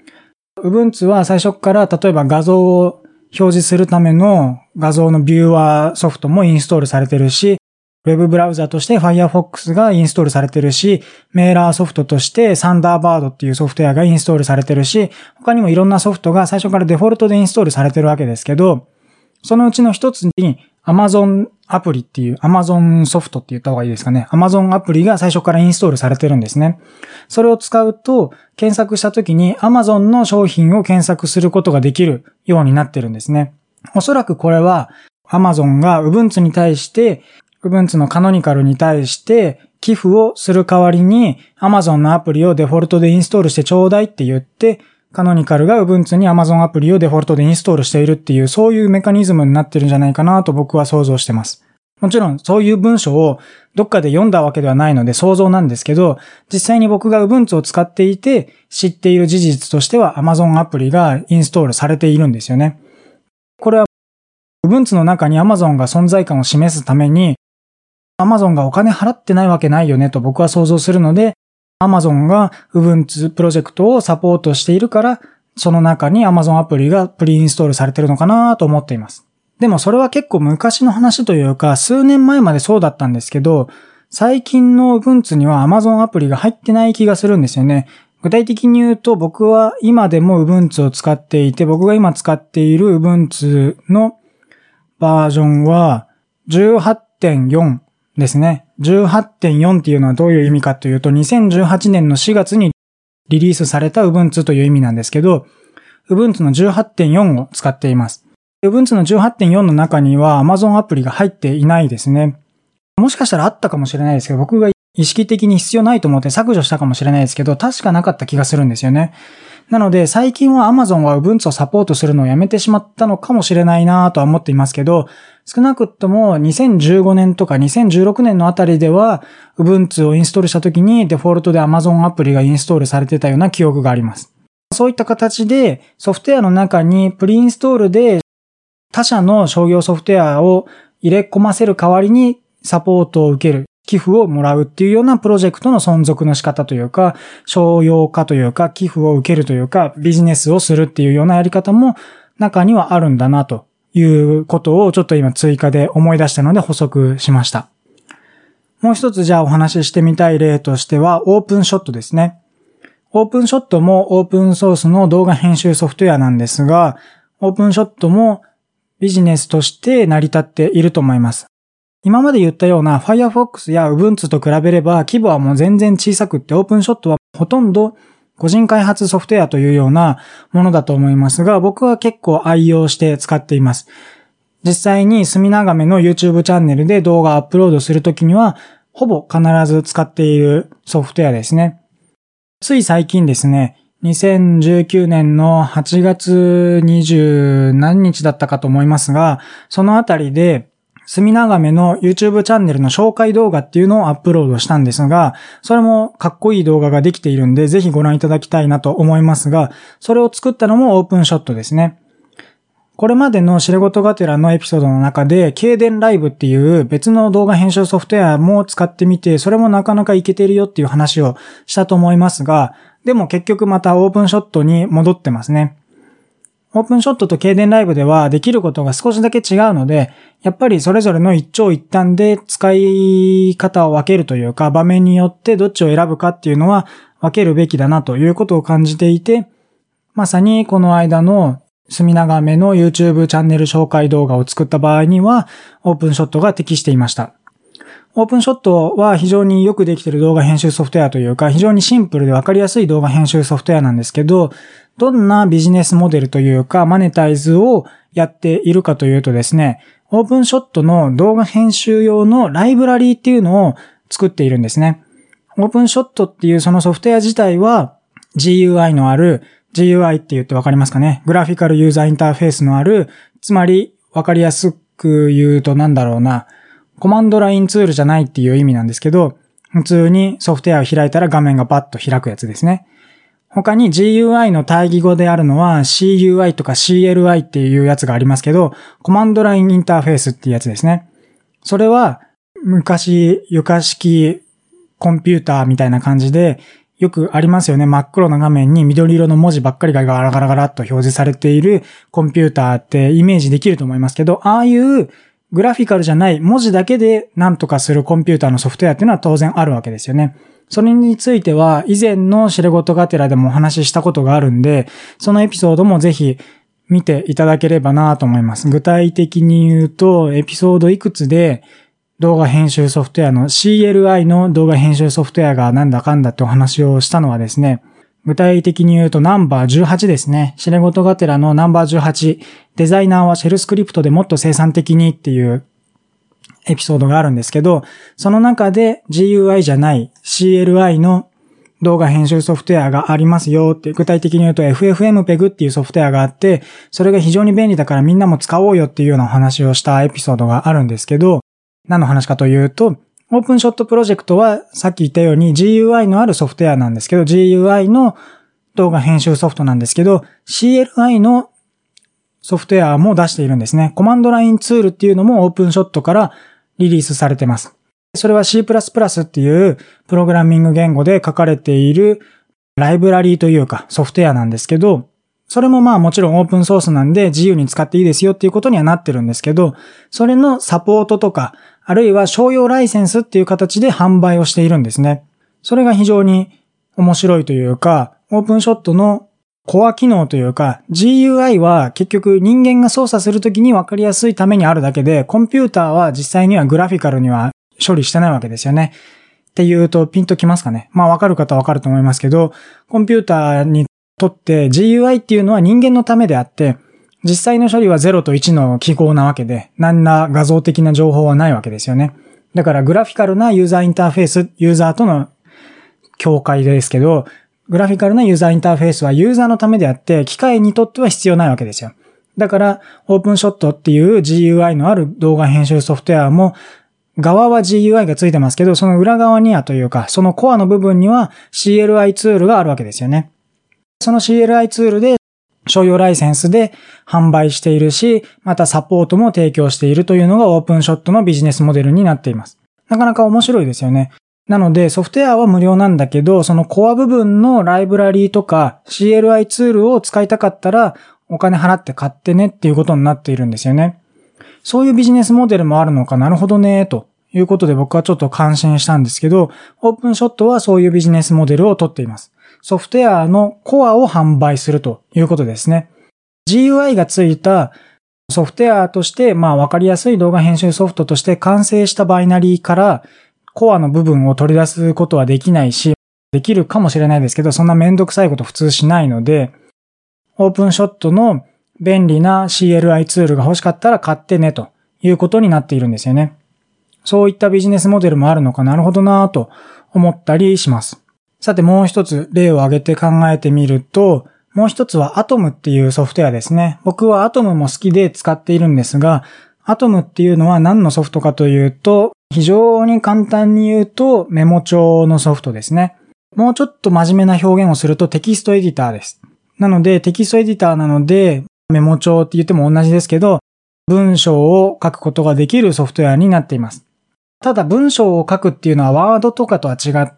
。Ubuntu は最初から例えば画像を表示するための画像のビューワーソフトもインストールされてるし、ウェブブラウザとして Firefox がインストールされてるし、メーラーソフトとして Thunderbird っていうソフトウェアがインストールされてるし、他にもいろんなソフトが最初からデフォルトでインストールされてるわけですけど、そのうちの一つに Amazon アプリっていう Amazon ソフトって言った方がいいですかね。Amazon アプリが最初からインストールされてるんですね。それを使うと検索した時に Amazon の商品を検索することができるようになってるんですね。 おそらくこれは Amazon が Ubuntu に対して、Ubuntu のカノニカルに対して寄付をする代わりに Amazon のアプリをデフォルトでインストールしてちょうだいって言って、カノニカルが Ubuntu に Amazon アプリをデフォルトでインストールしているっていう、そういうメカニズムになってるんじゃないかなと僕は想像してます。もちろんそういう文章をどっかで読んだわけではないので想像なんですけど、実際に僕が Ubuntu を使っていて知っている事実としては Amazon アプリがインストールされているんですよね。これは Ubuntu の中に Amazon が存在感を示すために Amazon がお金払ってないわけないよねと僕は想像するので、Amazon が Ubuntu プロジェクトをサポートしているから、その中に Amazon アプリがプリインストールされているのかなと思っています。でもそれは結構昔の話というか、数年前までそうだったんですけど、最近の Ubuntu には Amazon アプリが入ってない気がするんですよね。具体的に言うと僕は今でも Ubuntu を使っていて、僕が今使っている Ubuntu のバージョンは じゅうはちてんよん ですね。じゅうはちてんよん っていうのはどういう意味かというと、にせんじゅうはちねんのしがつにリリースされた Ubuntu という意味なんですけど、Ubuntu の じゅうはちてんよん を使っています。Ubuntu の じゅうはちてんよん の中には Amazon アプリが入っていないですね。もしかしたらあったかもしれないですけど、僕が意識的に必要ないと思って削除したかもしれないですけど、確かなかった気がするんですよね。なので最近は Amazon は Ubuntu をサポートするのをやめてしまったのかもしれないなとは思っていますけど、少なくともにせんじゅうごねんとかにせんじゅうろくねんのあたりでは Ubuntu をインストールした時にデフォルトで Amazon アプリがインストールされてたような記憶があります。そういった形でソフトウェアの中にプリインストールで他社の商業ソフトウェアを入れ込ませる代わりにサポートを受ける、寄付をもらうっていうようなプロジェクトの存続の仕方というか、商用化というか、寄付を受けるというか、ビジネスをするっていうようなやり方も中にはあるんだなということをちょっと今追加で思い出したので補足しました。もう一つじゃあお話ししてみたい例としては、オープンショットですね。オープンショットもオープンソースの動画編集ソフトウェアなんですが、オープンショットもビジネスとして成り立っていると思います。今まで言ったような Firefox や Ubuntu と比べれば規模はもう全然小さくって、オープンショットはほとんど個人開発ソフトウェアというようなものだと思いますが、僕は結構愛用して使っています。実際に隅長めの YouTube チャンネルで動画アップロードするときにはほぼ必ず使っているソフトウェアですね。つい最近ですね、にせんじゅうきゅうねんのはちがつにじゅうなんにちだったかと思いますが、そのあたりで隅長めの YouTube チャンネルの紹介動画っていうのをアップロードしたんですが、それもかっこいい動画ができているんで、ぜひご覧いただきたいなと思いますが、それを作ったのもオープンショットですね。これまでの知れごとがてらのエピソードの中で、ケイデンライブっていう別の動画編集ソフトウェアも使ってみて、それもなかなかいけてるよっていう話をしたと思いますが、でも結局またオープンショットに戻ってますね。オープンショットとケイデンライブではできることが少しだけ違うので、やっぱりそれぞれの一長一短で使い方を分けるというか、場面によってどっちを選ぶかっていうのは分けるべきだなということを感じていて、まさにこの間の隅長めの YouTube チャンネル紹介動画を作った場合には、オープンショットが適していました。オープンショットは非常によくできている動画編集ソフトウェアというか、非常にシンプルでわかりやすい動画編集ソフトウェアなんですけど、どんなビジネスモデルというか、マネタイズをやっているかというとですね、オープンショットの動画編集用のライブラリーっていうのを作っているんですね。オープンショットっていうそのソフトウェア自体は ジーユーアイ のある、ジーユーアイ って言ってわかりますかね。グラフィカルユーザーインターフェースのある、つまりわかりやすく言うとなんだろうな、コマンドラインツールじゃないっていう意味なんですけど、普通にソフトウェアを開いたら画面がバッと開くやつですね。他に ジーユーアイ の対義語であるのは シーユーアイ とか シーエルアイ っていうやつがありますけど、コマンドラインインターフェースっていうやつですね。それは昔床式コンピューターみたいな感じでよくありますよね。真っ黒な画面に緑色の文字ばっかりがガラガラガラっと表示されているコンピューターってイメージできると思いますけど、ああいうグラフィカルじゃない文字だけで何とかするコンピューターのソフトウェアっていうのは当然あるわけですよね。それについては以前の知れごとがてらでもお話ししたことがあるんで、そのエピソードもぜひ見ていただければなと思います。具体的に言うと、エピソードいくつで動画編集ソフトウェアの シーエルアイ の動画編集ソフトウェアがなんだかんだってお話をしたのはですね、 具体的に言うとナンバーじゅうはちですね。シレゴトがてらのナンバーじゅうはち。デザイナーはシェルスクリプトでもっと生産的にっていうエピソードがあるんですけど、その中で ジーユーアイ じゃない シーエルアイ の動画編集ソフトウェアがありますよって、具体的に言うと エフエフエムペグ っていうソフトウェアがあって、それが非常に便利だからみんなも使おうよっていうようなお話をしたエピソードがあるんですけど、何の話かというと、オープンショットプロジェクトはさっき言ったように ジーユーアイ のあるソフトウェアなんですけど、ジーユーアイ の動画編集ソフトなんですけど、シーエルアイ のソフトウェアも出しているんですね。コマンドラインツールっていうのもオープンショットからリリースされてます。それは シープラスプラス っていうプログラミング言語で書かれているライブラリーというかソフトウェアなんですけど、それもまあもちろんオープンソースなんで自由に使っていいですよっていうことにはなってるんですけど、それのサポートとか、あるいは商用ライセンスっていう形で販売をしているんですね。それが非常に面白いというか、オープンショットのコア機能というか、ジーユーアイ は結局人間が操作するときに分かりやすいためにあるだけで、コンピューターは実際にはグラフィカルには処理してないわけですよね。っていうとピンときますかね。まあ分かる方は分かると思いますけど、コンピューターにとって ジーユーアイ っていうのは人間のためであって、実際の処理はゼロといちの記号なわけで、何ら画像的な情報はないわけですよね。だからグラフィカルなユーザーインターフェース、ユーザーとの境界ですけど、グラフィカルなユーザーインターフェースはユーザーのためであって、機械にとっては必要ないわけですよ。だから、オープンショットっていう ジーユーアイ のある動画編集ソフトウェアも、側は ジーユーアイ がついてますけど、その裏側にはというか、そのコアの部分には シーエルアイ ツールがあるわけですよね。その シーエルアイ ツールで商用ライセンスで販売しているし、またサポートも提供しているというのがオープンショットのビジネスモデルになっています。なかなか面白いですよね。なのでソフトウェアは無料なんだけど、そのコア部分のライブラリーとか シーエルアイ ツールを使いたかったらお金払って買ってねっていうことになっているんですよね。そういうビジネスモデルもあるのか、なるほどね、ということで僕はちょっと感心したんですけど、オープンショットはそういうビジネスモデルをとっています。ソフトウェアのコアを販売するということですね。ジーユーアイ がついたソフトウェアとして、まあわかりやすい動画編集ソフトとして完成したバイナリーからコアの部分を取り出すことはできないし、できるかもしれないですけど、そんなめんどくさいこと普通しないので、オープンショットの便利な シーエルアイ ツールが欲しかったら買ってねということになっているんですよね。そういったビジネスモデルもあるのかなるほどなぁと思ったりします。さてもう一つ例を挙げて考えてみると、もう一つは Atom っていうソフトウェアですね。僕は Atom も好きで使っているんですが、Atom っていうのは何のソフトかというと、非常に簡単に言うとメモ帳のソフトですね。もうちょっと真面目な表現をするとテキストエディターです。なのでテキストエディターなのでメモ帳って言っても同じですけど、文章を書くことができるソフトウェアになっています。ただ文章を書くっていうのはワードとかとは違って、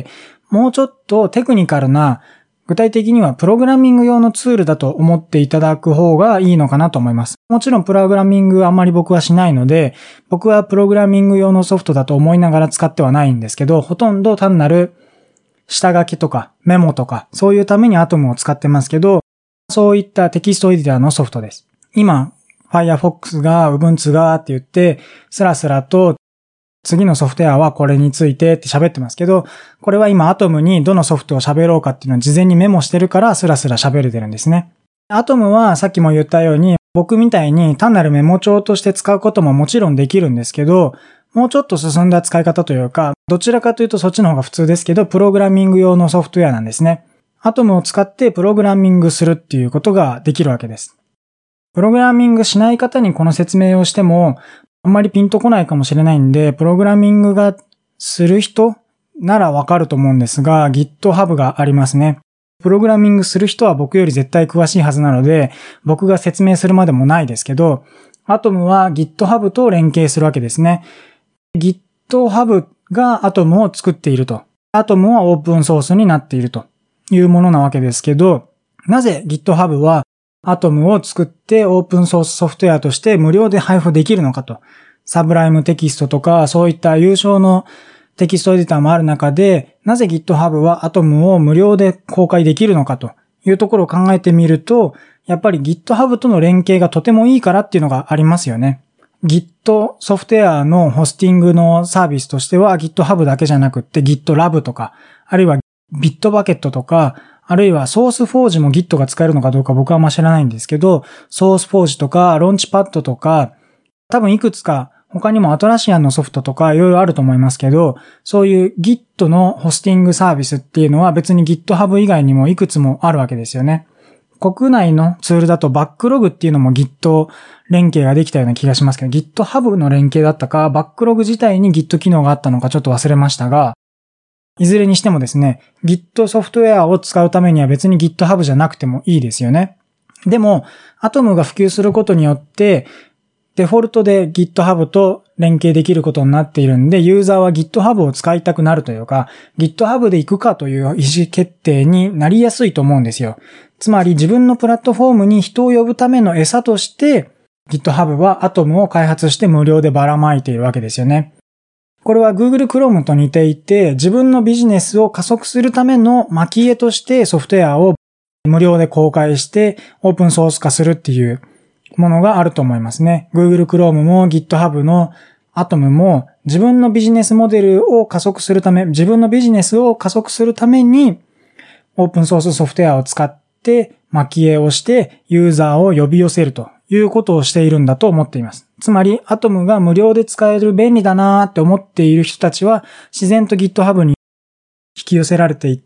もうちょっとテクニカルな、具体的にはプログラミング用のツールだと思っていただく方がいいのかなと思います。もちろんプログラミングあんまり僕はしないので、僕はプログラミング用のソフトだと思いながら使ってはないんですけど、ほとんど単なる下書きとかメモとかそういうために Atom を使ってますけど、そういったテキストエディターのソフトです。今、Firefox が Ubuntu がって言って、スラスラと次のソフトウェアはこれについてって喋ってますけど、これは今 Atom にどのソフトを喋ろうかっていうのを事前にメモしてるからスラスラ喋れてるんですね。Atom はさっきも言ったように僕みたいに単なるメモ帳として使うことももちろんできるんですけど、もうちょっと進んだ使い方というか、どちらかというとそっちの方が普通ですけど、プログラミング用のソフトウェアなんですね。Atom を使ってプログラミングするっていうことができるわけです。プログラミングしない方にこの説明をしても、あんまりピンとこないかもしれないんで、プログラミングがする人ならわかると思うんですが、GitHub がありますね。プログラミングする人は僕より絶対詳しいはずなので、僕が説明するまでもないですけど、Atom は GitHub と連携するわけですね。GitHub が Atom を作っていると。Atom はオープンソースになっているというものなわけですけど、なぜ GitHub はAtom を作ってオープンソースソフトウェアとして無料で配布できるのかと。サブライムテキストとかそういった優勝のテキストエディターもある中で、なぜ GitHub は Atom を無料で公開できるのかというところを考えてみると、やっぱり GitHub との連携がとてもいいからっていうのがありますよね。Git ソフトウェアのホスティングのサービスとしては GitHub だけじゃなくって GitLab とか、あるいは Bitbucket とか、 あるいはソースフォージも Git が使えるのかどうか僕はあんま知らないんですけど、ソースフォージとかロンチパッドとか、多分いくつか他にもアトラシアンのソフトとかいろいろあると思いますけど、そういう Git のホスティングサービスっていうのは別に GitHub 以外にもいくつもあるわけですよね。国内のツールだとバックログっていうのも Git 連携ができたような気がしますけど、GitHub の連携だったか、バックログ自体に Git 機能があったのかちょっと忘れましたが、いずれにしてもですね、Git ソフトウェアを使うためには別に GitHub じゃなくてもいいですよね。でも、Atom が普及することによって、デフォルトで GitHub と連携できることになっているんで、ユーザーは GitHub を使いたくなるというか、GitHub で行くかという意思決定になりやすいと思うんですよ。つまり自分のプラットフォームに人を呼ぶための餌として、GitHub は Atom を開発して無料でばらまいているわけですよね。これは Google Chrome と似ていて、自分のビジネスを加速するための蒔絵としてソフトウェアを無料で公開してオープンソース化するっていうものがあると思いますね。Google Chrome も GitHub の Atom も自分のビジネスモデルを加速するため、自分のビジネスを加速するためにオープンソースソフトウェアを使って蒔絵をしてユーザーを呼び寄せるということをしているんだと思っています。つまり Atom が無料で使える便利だなーって思っている人たちは自然と GitHub に引き寄せられていって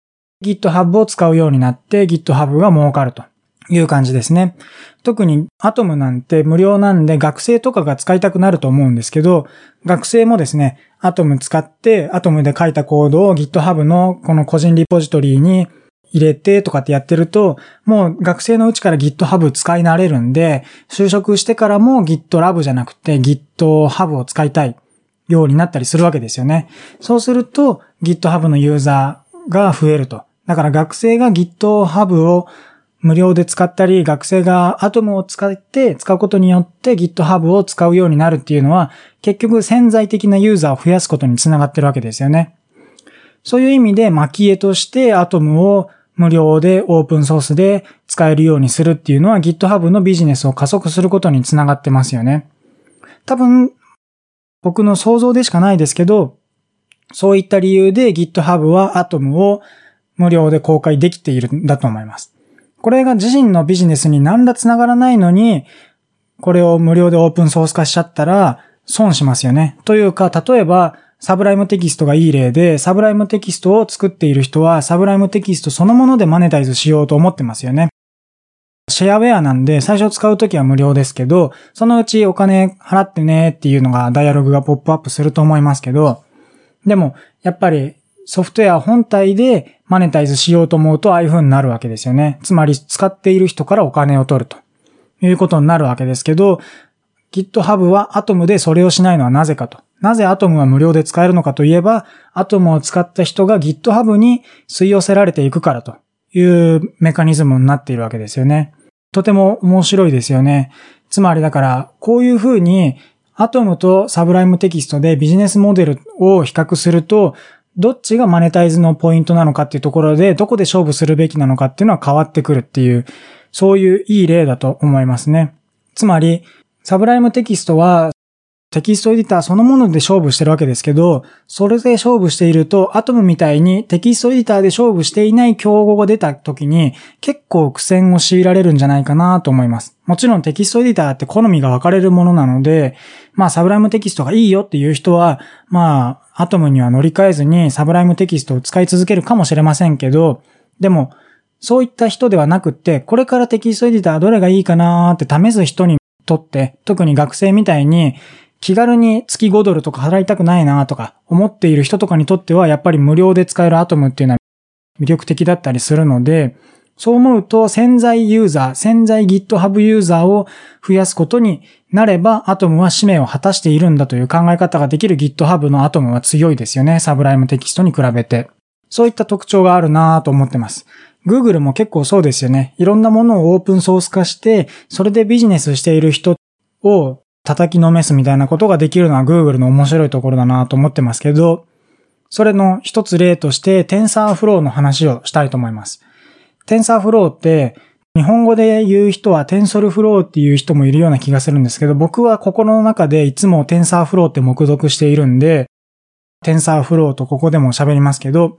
GitHub を使うようになって GitHub が儲かるという感じですね。特に Atom なんて無料なんで学生とかが使いたくなると思うんですけど、学生もですね、Atom 使って Atom で書いたコードを GitHub のこの個人リポジトリに入れてとかってやってると、もう学生のうちから GitHub 使い慣れるんで、就職してからも GitLab じゃなくて GitHub を使いたいようになったりするわけですよね。そうすると GitHub のユーザーが増えると。だから学生が GitHub を無料で使ったり、学生が Atom を使って使うことによって GitHub を使うようになるっていうのは、結局潜在的なユーザーを増やすことにつながってるわけですよね。そういう意味で蒔絵として Atom を無料でオープンソースで使えるようにするっていうのは GitHub のビジネスを加速することにつながってますよね。多分、僕の想像でしかないですけど、そういった理由で GitHub は Atom を無料で公開できているんだと思います。これが自身のビジネスに何らつながらないのに、これを無料でオープンソース化しちゃったら損しますよね。というか、例えば、サブライムテキストがいい例で、サブライムテキストを作っている人は、サブライムテキストそのものでマネタイズしようと思ってますよね。シェアウェアなんで、最初使うときは無料ですけど、そのうちお金払ってねっていうのが、ダイアログがポップアップすると思いますけど、でも、やっぱりソフトウェア本体でマネタイズしようと思うと、ああいう風になるわけですよね。つまり、使っている人からお金を取るということになるわけですけど、GitHub は Atom でそれをしないのはなぜかと。なぜ Atom は無料で使えるのかといえば、Atom を使った人が GitHub に吸い寄せられていくからというメカニズムになっているわけですよね。とても面白いですよね。つまりだから、こういうふうに Atom と Sublime テキストでビジネスモデルを比較すると、どっちがマネタイズのポイントなのかっていうところで、どこで勝負するべきなのかっていうのは変わってくるっていう、そういういい例だと思いますね。つまり、サブライムテキストはテキストエディターそのもので勝負してるわけですけど、それで勝負していると、Atomみたいにテキストエディターで勝負していない競合が出た時に結構苦戦を強いられるんじゃないかなと思います。もちろんテキストエディターって好みが分かれるものなので、まあサブライムテキストがいいよっていう人は、まあAtomには乗り換えずにサブライムテキストを使い続けるかもしれませんけど、でもそういった人ではなくって、これからテキストエディターどれがいいかなーって試す人にとって、特に学生みたいに気軽に月ごドルとか払いたくないなとか思っている人とかにとってはやっぱり無料で使える Atom っていうのは魅力的だったりするので、そう思うと潜在ユーザー、潜在 GitHub ユーザーを増やすことになれば Atom は使命を果たしているんだという考え方ができる GitHub の Atom は強いですよね。サブライムテキストに比べて。そういった特徴があるなと思ってます。Google も結構そうですよね。いろんなものをオープンソース化して、それでビジネスしている人を叩きのめすみたいなことができるのは Google の面白いところだなと思ってますけど、それの一つ例として TensorFlow の話をしたいと思います。TensorFlow って日本語で言う人は TensorFlow っていう人もいるような気がするんですけど、僕は心の中でいつも TensorFlow って黙読しているんで、TensorFlow とここでも喋りますけど、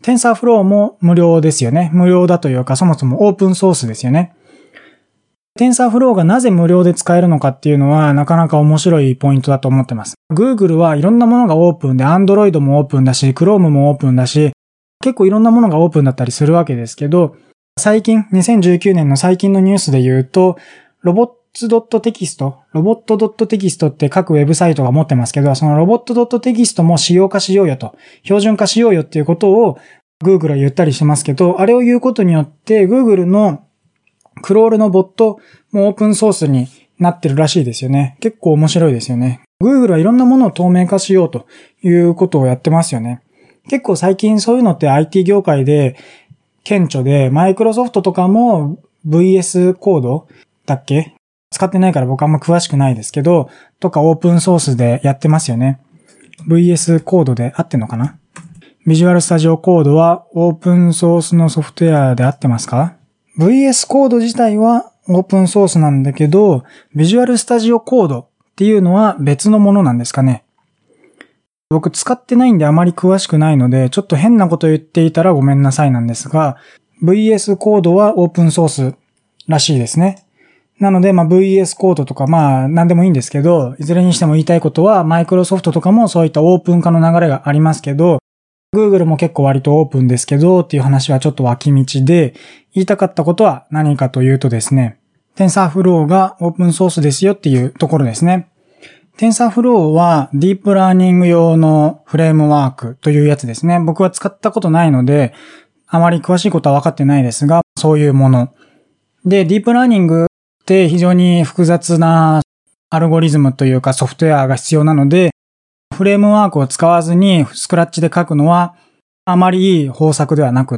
TensorFlow も無料ですよね。無料だというか、そもそもオープンソースですよね。TensorFlow がなぜ無料で使えるのかっていうのはなかなか面白いポイントだと思ってます。Google はいろんなものがオープンで、Android もオープンだし、Chrome もオープンだし、結構いろんなものがオープンだったりするわけですけど、最近、にせんじゅうきゅうねんの最近のニュースで言うと、ロボッツ .text、ロボット .text って各ウェブサイトが持ってますけど、そのロボット .text も仕様化しようよと、標準化しようよっていうことを Google は言ったりしてますけど、あれを言うことによって Google のクロールのボットもオープンソースになってるらしいですよね。結構面白いですよね。Google はいろんなものを透明化しようということをやってますよね。結構最近そういうのって アイティー 業界で顕著で、マイクロソフトとかも ブイエス コードだっけ？使ってないから僕あんま詳しくないですけど、とかオープンソースでやってますよね。ブイエス コードで合ってんのかな？ビジュアルスタジオコードはオープンソースのソフトウェアで合ってますか？ ブイエス コード自体はオープンソースなんだけど、ビジュアルスタジオコードっていうのは別のものなんですかね。僕使ってないんであまり詳しくないので、ちょっと変なこと言っていたらごめんなさいなんですが、ブイエス コードはオープンソースらしいですね。なので、まあ ブイエス コードとかまあ何でもいいんですけど、いずれにしても言いたいことは、マイクロソフトとかもそういったオープン化の流れがありますけど、Google も結構割とオープンですけどっていう話はちょっと脇道で、言いたかったことは何かというとですね、TensorFlow がオープンソースですよっていうところですね。TensorFlow はディープラーニング用のフレームワークというやつですね。僕は使ったことないので、あまり詳しいことは分かってないですが、そういうもの。で、ディープラーニングって非常に複雑なアルゴリズムというかソフトウェアが必要なので、フレームワークを使わずにスクラッチで書くのはあまりいい方策ではなくって、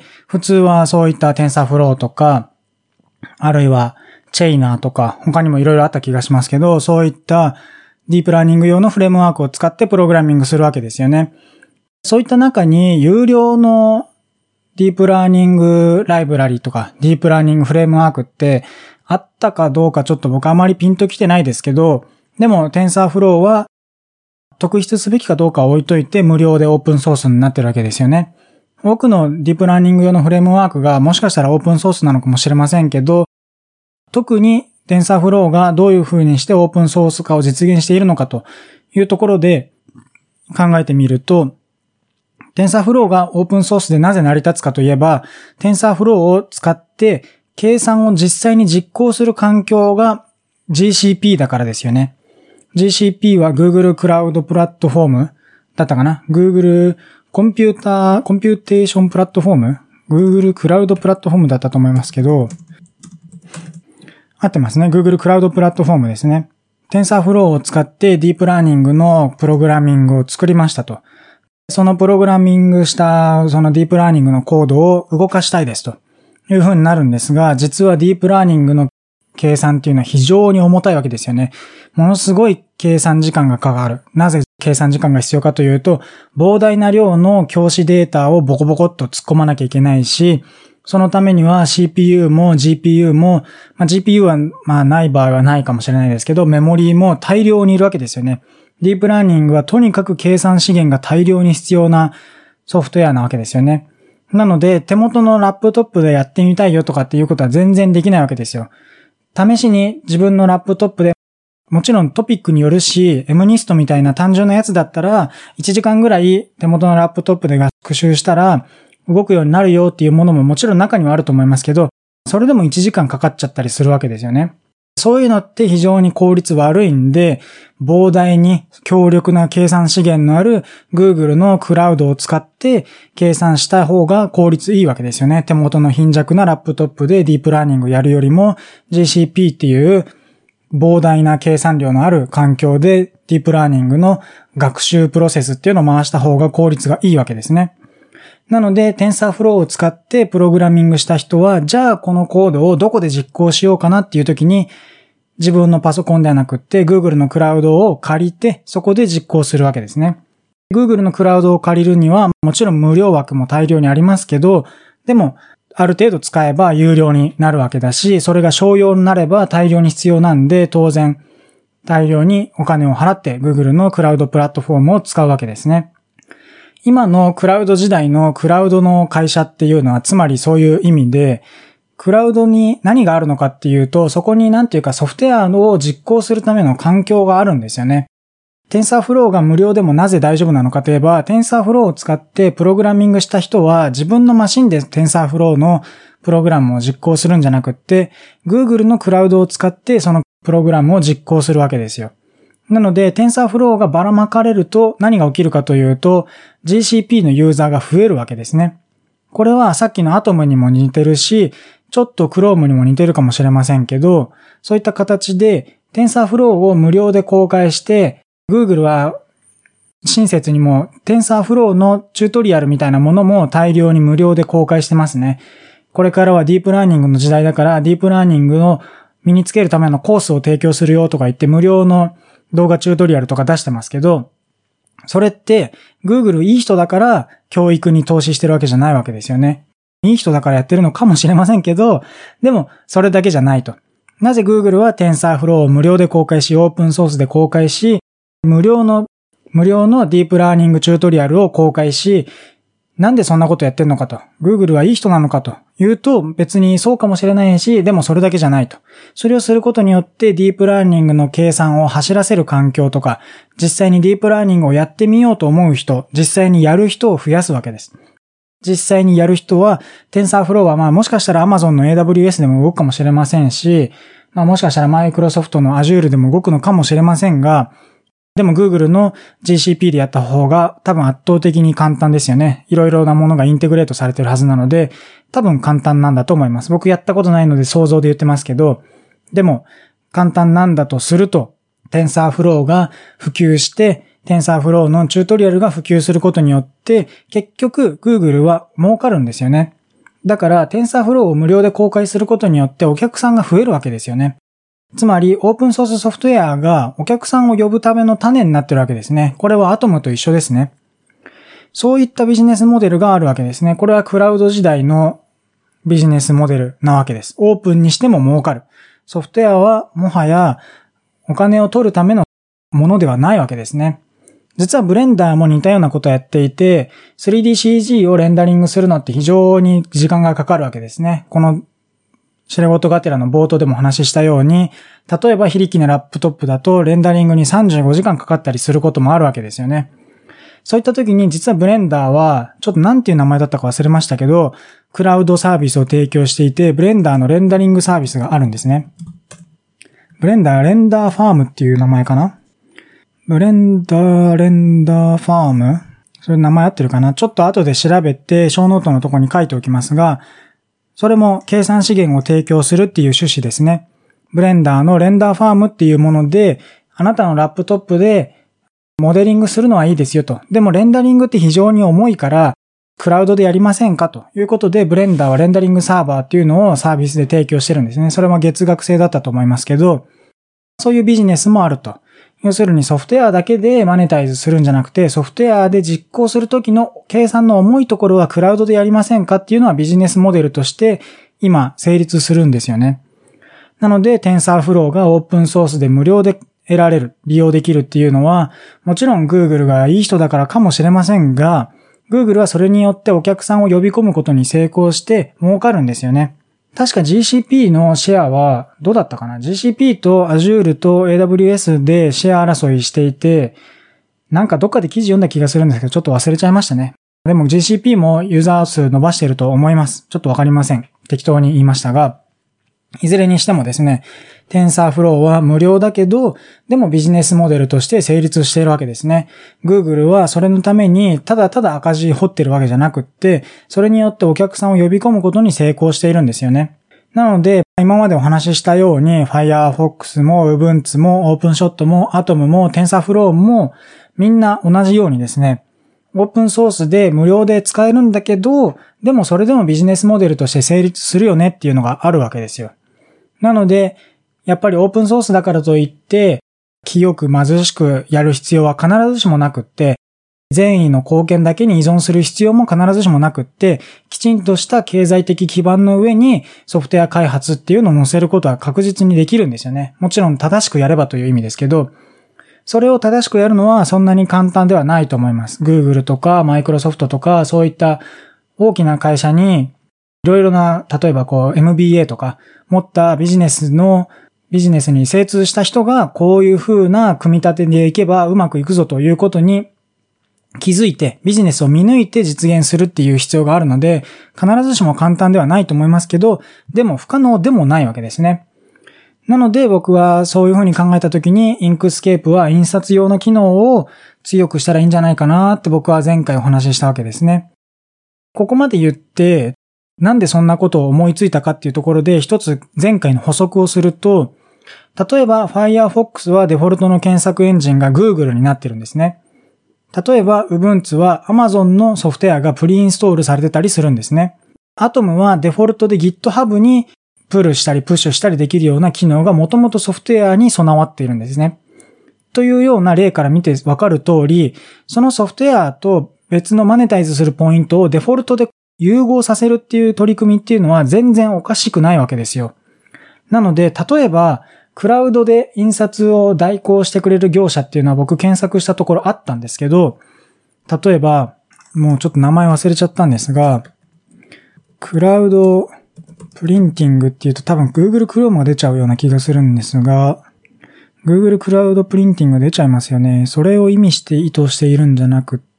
普通はそういった TensorFlow とか、あるいはチェイナーとか、他にもいろいろあった気がしますけど、そういったディープラーニング用のフレームワークを使ってプログラミングするわけですよね。そういった中に有料のディープラーニングライブラリとかディープラーニングフレームワークってあったかどうかちょっと僕あまりピンときてないですけど、でも TensorFlow は特筆すべきかどうかは置いといて無料でオープンソースになってるわけですよね。多くのディープラーニング用のフレームワークがもしかしたらオープンソースなのかもしれませんけど、特に TensorFlow がどういう風にしてオープンソース化を実現しているのかというところで考えてみると、TensorFlow がオープンソースでなぜ成り立つかといえば、TensorFlow を使って計算を実際に実行する環境が ジーシーピー だからですよね。ジーシーピー は Google クラウドプラットフォームだったかな？ Google コンピューター、コンピューテーションプラットフォーム？ Google クラウドプラットフォームだったと思いますけど、合ってますね。Google クラウドプラットフォームですね。TensorFlow を使ってディープラーニングのプログラミングを作りましたと。そのプログラミングしたそのディープラーニングのコードを動かしたいですという風になるんですが、実はディープラーニングの計算っていうのは非常に重たいわけですよね。ものすごい計算時間がかかる。なぜ計算時間が必要かというと、膨大な量の教師データをボコボコっと突っ込まなきゃいけないし、そのためには シーピーユー も ジーピーユー も、まあ、ジーピーユー はまあない場合はないかもしれないですけど、メモリーも大量にいるわけですよね。ディープラーニングはとにかく計算資源が大量に必要なソフトウェアなわけですよね。なので、手元のラップトップでやってみたいよとかっていうことは全然できないわけですよ。試しに自分のラップトップで、もちろんトピックによるし、エムニストみたいな単純なやつだったら、いちじかんぐらい手元のラップトップで学習したら、動くようになるよっていうものももちろん中にはあると思いますけど、それでもいちじかんかかっちゃったりするわけですよね。そういうのって非常に効率悪いんで、膨大に強力な計算資源のある Google のクラウドを使って計算した方が効率いいわけですよね。手元の貧弱なラップトップでディープラーニングやるよりも ジーシーピー っていう膨大な計算量のある環境でディープラーニングの学習プロセスっていうのを回した方が効率がいいわけですね。なので TensorFlow を使ってプログラミングした人は、じゃあこのコードをどこで実行しようかなっていう時に、自分のパソコンではなくって Google のクラウドを借りてそこで実行するわけですね。Google のクラウドを借りるにはもちろん無料枠も大量にありますけど、でもある程度使えば有料になるわけだし、それが商用になれば大量に必要なんで、当然大量にお金を払って Google のクラウドプラットフォームを使うわけですね。 今のクラウド時代のクラウドの会社っていうのはつまりそういう意味で、クラウドに何があるのかっていうと、そこになんていうかソフトウェアを実行するための環境があるんですよね。TensorFlow が無料でもなぜ大丈夫なのかといえば、TensorFlow を使ってプログラミングした人は自分のマシンで TensorFlow のプログラムを実行するんじゃなくって、Google のクラウドを使ってそのプログラムを実行するわけですよ。なので TensorFlow がばらまかれると何が起きるかというと、ジーシーピー のユーザーが増えるわけですね。これはさっきの Atom にも似てるし、ちょっと Chrome にも似てるかもしれませんけど、そういった形で TensorFlow を無料で公開して、Google は親切にも TensorFlow のチュートリアルみたいなものも大量に無料で公開してますね。これからはディープラーニングの時代だから、ディープラーニングを身につけるためのコースを提供するよとか言って無料の動画チュートリアルとか出してますけど、それって Google いい人だから教育に投資してるわけじゃないわけですよね。いい人だからやってるのかもしれませんけど、でもそれだけじゃないと。なぜ Google は TensorFlow を無料で公開し、オープンソースで公開し、無料の、無料のディープラーニングチュートリアルを公開し、なんでそんなことやってんのかと。Google はいい人なのかというと別にそうかもしれないし、でもそれだけじゃないと。それをすることによってディープラーニングの計算を走らせる環境とか、実際にディープラーニングをやってみようと思う人、実際にやる人を増やすわけです。実際にやる人は、TensorFlow はまあもしかしたら Amazon の エーダブリューエス でも動くかもしれませんし、まあもしかしたら Microsoft の Azure でも動くのかもしれませんが、でも Google の ジーシーピー でやった方が多分圧倒的に簡単ですよね。いろいろなものがインテグレートされてるはずなので、多分簡単なんだと思います。僕やったことないので想像で言ってますけど、でも簡単なんだとすると、TensorFlow が普及して、TensorFlow のチュートリアルが普及することによって、結局 Google は儲かるんですよね。だから TensorFlow を無料で公開することによってお客さんが増えるわけですよね。つまり、オープンソースソフトウェアがお客さんを呼ぶための種になってるわけですね。これは Atom と一緒ですね。そういったビジネスモデルがあるわけですね。これはクラウド時代のビジネスモデルなわけです。オープンにしても儲かる。ソフトウェアはもはやお金を取るためのものではないわけですね。実はブレンダーも似たようなことをやっていて、スリーディーシージー をレンダリングするのって非常に時間がかかるわけですね。このシレゴトガテラの冒頭でもお話ししたように、例えば非力なラップトップだとレンダリングにさんじゅうごじかんかかったりすることもあるわけですよね。そういった時に実はブレンダーは、ちょっとなんていう名前だったか忘れましたけど、クラウドサービスを提供していて、ブレンダーのレンダリングサービスがあるんですね。ブレンダー、レンダーファームっていう名前かな？ブレンダー、レンダーファーム？それ名前合ってるかな？ちょっと後で調べて、小ノートのとこに書いておきますが、それも計算資源を提供するっていう趣旨ですね。ブレンダーのレンダーファームっていうもので、あなたのラップトップでモデリングするのはいいですよと。でもレンダリングって非常に重いから、クラウドでやりませんかということで、ブレンダーはレンダリングサーバーっていうのをサービスで提供してるんですね。それも月額制だったと思いますけど、そういうビジネスもあると。要するにソフトウェアだけでマネタイズするんじゃなくて、ソフトウェアで実行するときの計算の重いところはクラウドでやりませんかっていうのはビジネスモデルとして今成立するんですよね。なので TensorFlow がオープンソースで無料で得られる、利用できるっていうのは、もちろん Google がいい人だからかもしれませんが、Google はそれによってお客さんを呼び込むことに成功して儲かるんですよね。確か ジーシーピー のシェアはどうだったかな？ ジーシーピー と Azure と エーダブリューエス でシェア争いしていて、なんかどっかで記事読んだ気がするんですけど、ちょっと忘れちゃいましたね。でも ジーシーピー もユーザー数伸ばしていると思います。ちょっとわかりません。適当に言いましたが、いずれにしてもですね、TensorFlow は無料だけど、でもビジネスモデルとして成立しているわけですね。Google はそれのためにただただ赤字掘ってるわけじゃなくって、それによってお客さんを呼び込むことに成功しているんですよね。なので、今までお話ししたように Firefox も Ubuntu も OpenShot も Atom も TensorFlow もみんな同じようにですね、オープンソースで無料で使えるんだけど、でもそれでもビジネスモデルとして成立するよねっていうのがあるわけですよ。なので、やっぱりオープンソースだからといって、清く貧しくやる必要は必ずしもなくって、善意の貢献だけに依存する必要も必ずしもなくって、きちんとした経済的基盤の上にソフトウェア開発っていうのを載せることは確実にできるんですよね。もちろん正しくやればという意味ですけど、 それを正しくやるのはそんなに簡単ではないと思います。Google とか Microsoft とかそういった大きな会社にいろいろな、例えばこう エムビーエー とか持ったビジネスのビジネスに精通した人がこういう風な組み立てでいけばうまくいくぞということに気づいてビジネスを見抜いて実現するっていう必要があるので、必ずしも簡単ではないと思いますけど、でも不可能でもないわけですね。なので僕はそういう風に考えたときにインクスケープは印刷用の機能を強くしたらいいんじゃないかなって僕は前回お話ししたわけですね。ここまで言ってなんでそんなことを思いついたかっていうところで一つ前回の補足をすると、例えば Firefox はデフォルトの検索エンジンが Google になってるんですね。例えば Ubuntu は Amazon のソフトウェアがプリインストールされてたりするんですね。Atom はデフォルトで GitHub にプルしたりプッシュしたりできるような機能がもともとソフトウェアに備わっているんですね。というような例から見てわかる通り、そのソフトウェアと別のマネタイズするポイントをデフォルトで融合させるっていう取り組みっていうのは全然おかしくないわけですよ。なので、例えば、クラウドで印刷を代行してくれる業者っていうのは僕検索したところあったんですけど、例えば、もうちょっと名前忘れちゃったんですが、クラウドプリンティングっていうと多分 Google Chrome が出ちゃうような気がするんですが、Google クラウドプリンティング出ちゃいますよね。それを意味して意図しているんじゃなくって、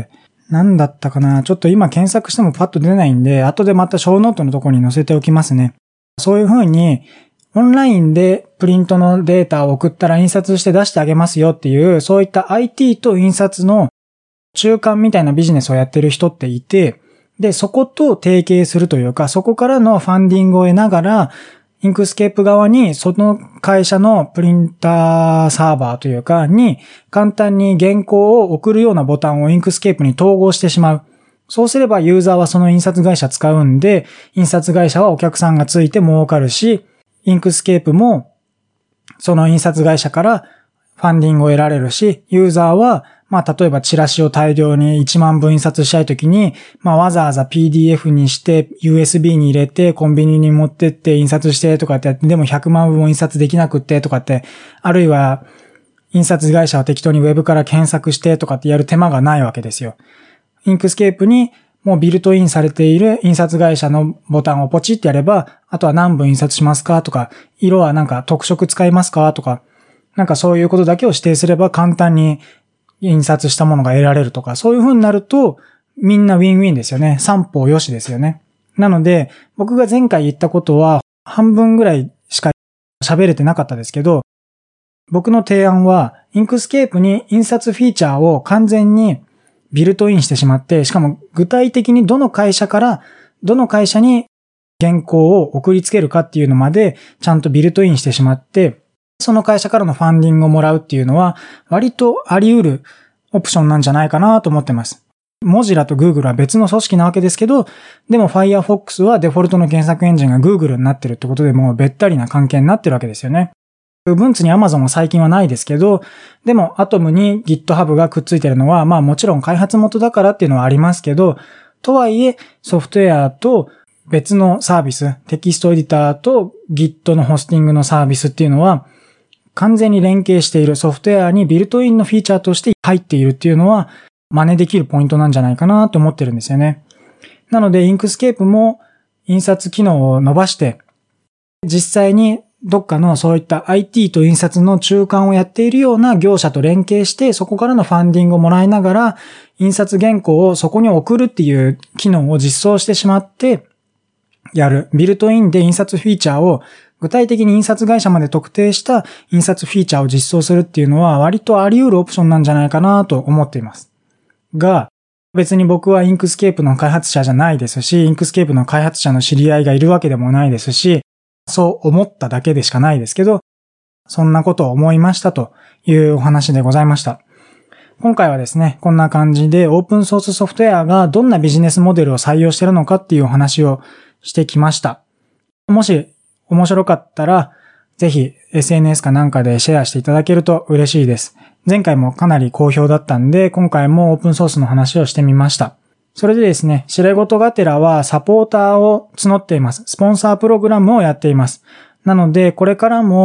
何だったかな、ちょっと今検索してもパッと出ないんで、後でまたショーノートのところに載せておきますね。そういう風に、オンラインでプリントのデータを送ったら印刷して出してあげますよっていう、そういった アイティー と印刷の中間みたいなビジネスをやってる人っていて、で、そこと提携するというか、そこからのファンディングを得ながら、インクスケープ側にその会社のプリンターサーバーというかに簡単に原稿を送るようなボタンをインクスケープに統合してしまう。そうすればユーザーはその印刷会社使うんで、印刷会社はお客さんがついて儲かるし、インクスケープもその印刷会社からファンディングを得られるし、ユーザーはまあ例えばチラシを大量にいちまんぶん印刷したいときに、まあわざわざ ピーディーエフ にして ユーエスビー に入れてコンビニに持ってって印刷してとかってやって、でもひゃくまんぶんを印刷できなくってとかって、あるいは印刷会社は適当にウェブから検索してとかってやる手間がないわけですよ。インクスケープにもうビルトインされている印刷会社のボタンをポチってやれば、あとは何分印刷しますかとか、色はなんか特色使いますかとか、なんかそういうことだけを指定すれば簡単に印刷したものが得られるとか、そういう風になるとみんなウィンウィンですよね。三方よしですよね。なので僕が前回言ったことは半分ぐらいしか喋れてなかったですけど、僕の提案はインクスケープに印刷フィーチャーを完全にビルトインしてしまって、しかも具体的にどの会社からどの会社に原稿を送りつけるかっていうのまでちゃんとビルトインしてしまって、その会社からのファンディングをもらうっていうのは割とあり得るオプションなんじゃないかなと思ってます。Mozilla と Google は別の組織なわけですけど、でも Firefox はデフォルトの検索エンジンが Google になってるってことでもうべったりな関係になってるわけですよね。Ubuntu に Amazon は最近はないですけど、でも Atom に GitHub がくっついてるのはまあもちろん開発元だからっていうのはありますけど、とはいえソフトウェアと別のサービス、テキストエディターと Git のホスティングのサービスっていうのは完全に連携しているソフトウェアにビルトインのフィーチャーとして入っているっていうのは真似できるポイントなんじゃないかなと思ってるんですよね。なのでインクスケープも印刷機能を伸ばして実際にどっかのそういった アイティー と印刷の中間をやっているような業者と連携してそこからのファンディングをもらいながら印刷原稿をそこに送るっていう機能を実装してしまってやる。ビルトインで印刷フィーチャーを具体的に印刷会社まで特定した印刷フィーチャーを実装するっていうのは割とあり得るオプションなんじゃないかなと思っています。が、別に僕はインクスケープの開発者じゃないですし、インクスケープの開発者の知り合いがいるわけでもないですし、そう思っただけでしかないですけど、そんなことを思いましたというお話でございました。今回はですね、こんな感じでオープンソースソフトウェアがどんなビジネスモデルを採用しているのかっていうお話をしてきました。もし面白かったら、ぜひ エスエヌエス かなんかでシェアしていただけると嬉しいです。前回もかなり好評だったんで、今回もオープンソースの話をしてみました。それでですね、しれごとがてらはサポーターを募っています。スポンサープログラムをやっています。なので、これからも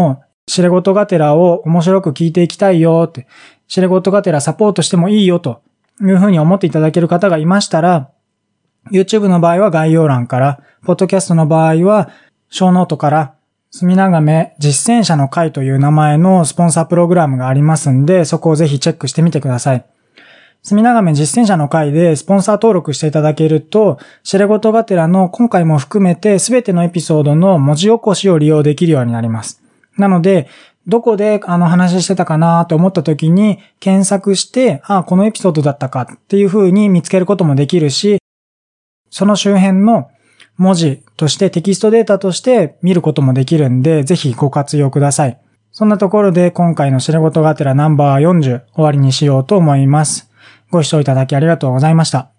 しれごとがてらを面白く聞いていきたいよって、しれごとがてらサポートしてもいいよというふうに思っていただける方がいましたら、YouTube の場合は概要欄から、Podcast の場合は小ノートから、住永め実践者の会という名前のスポンサープログラムがありますんで、そこをぜひチェックしてみてください。住永め実践者の会でスポンサー登録していただけると、しれごとがてらの今回も含めてすべてのエピソードの文字起こしを利用できるようになります。なので、どこであの話してたかなと思った時に検索して、あ、このエピソードだったかっていう風に見つけることもできるし、その周辺の文字としてテキストデータとして見ることもできるんで、ぜひご活用ください。そんなところで今回のしれごとがてらナンバーよんじゅう終わりにしようと思います。ご視聴いただきありがとうございました。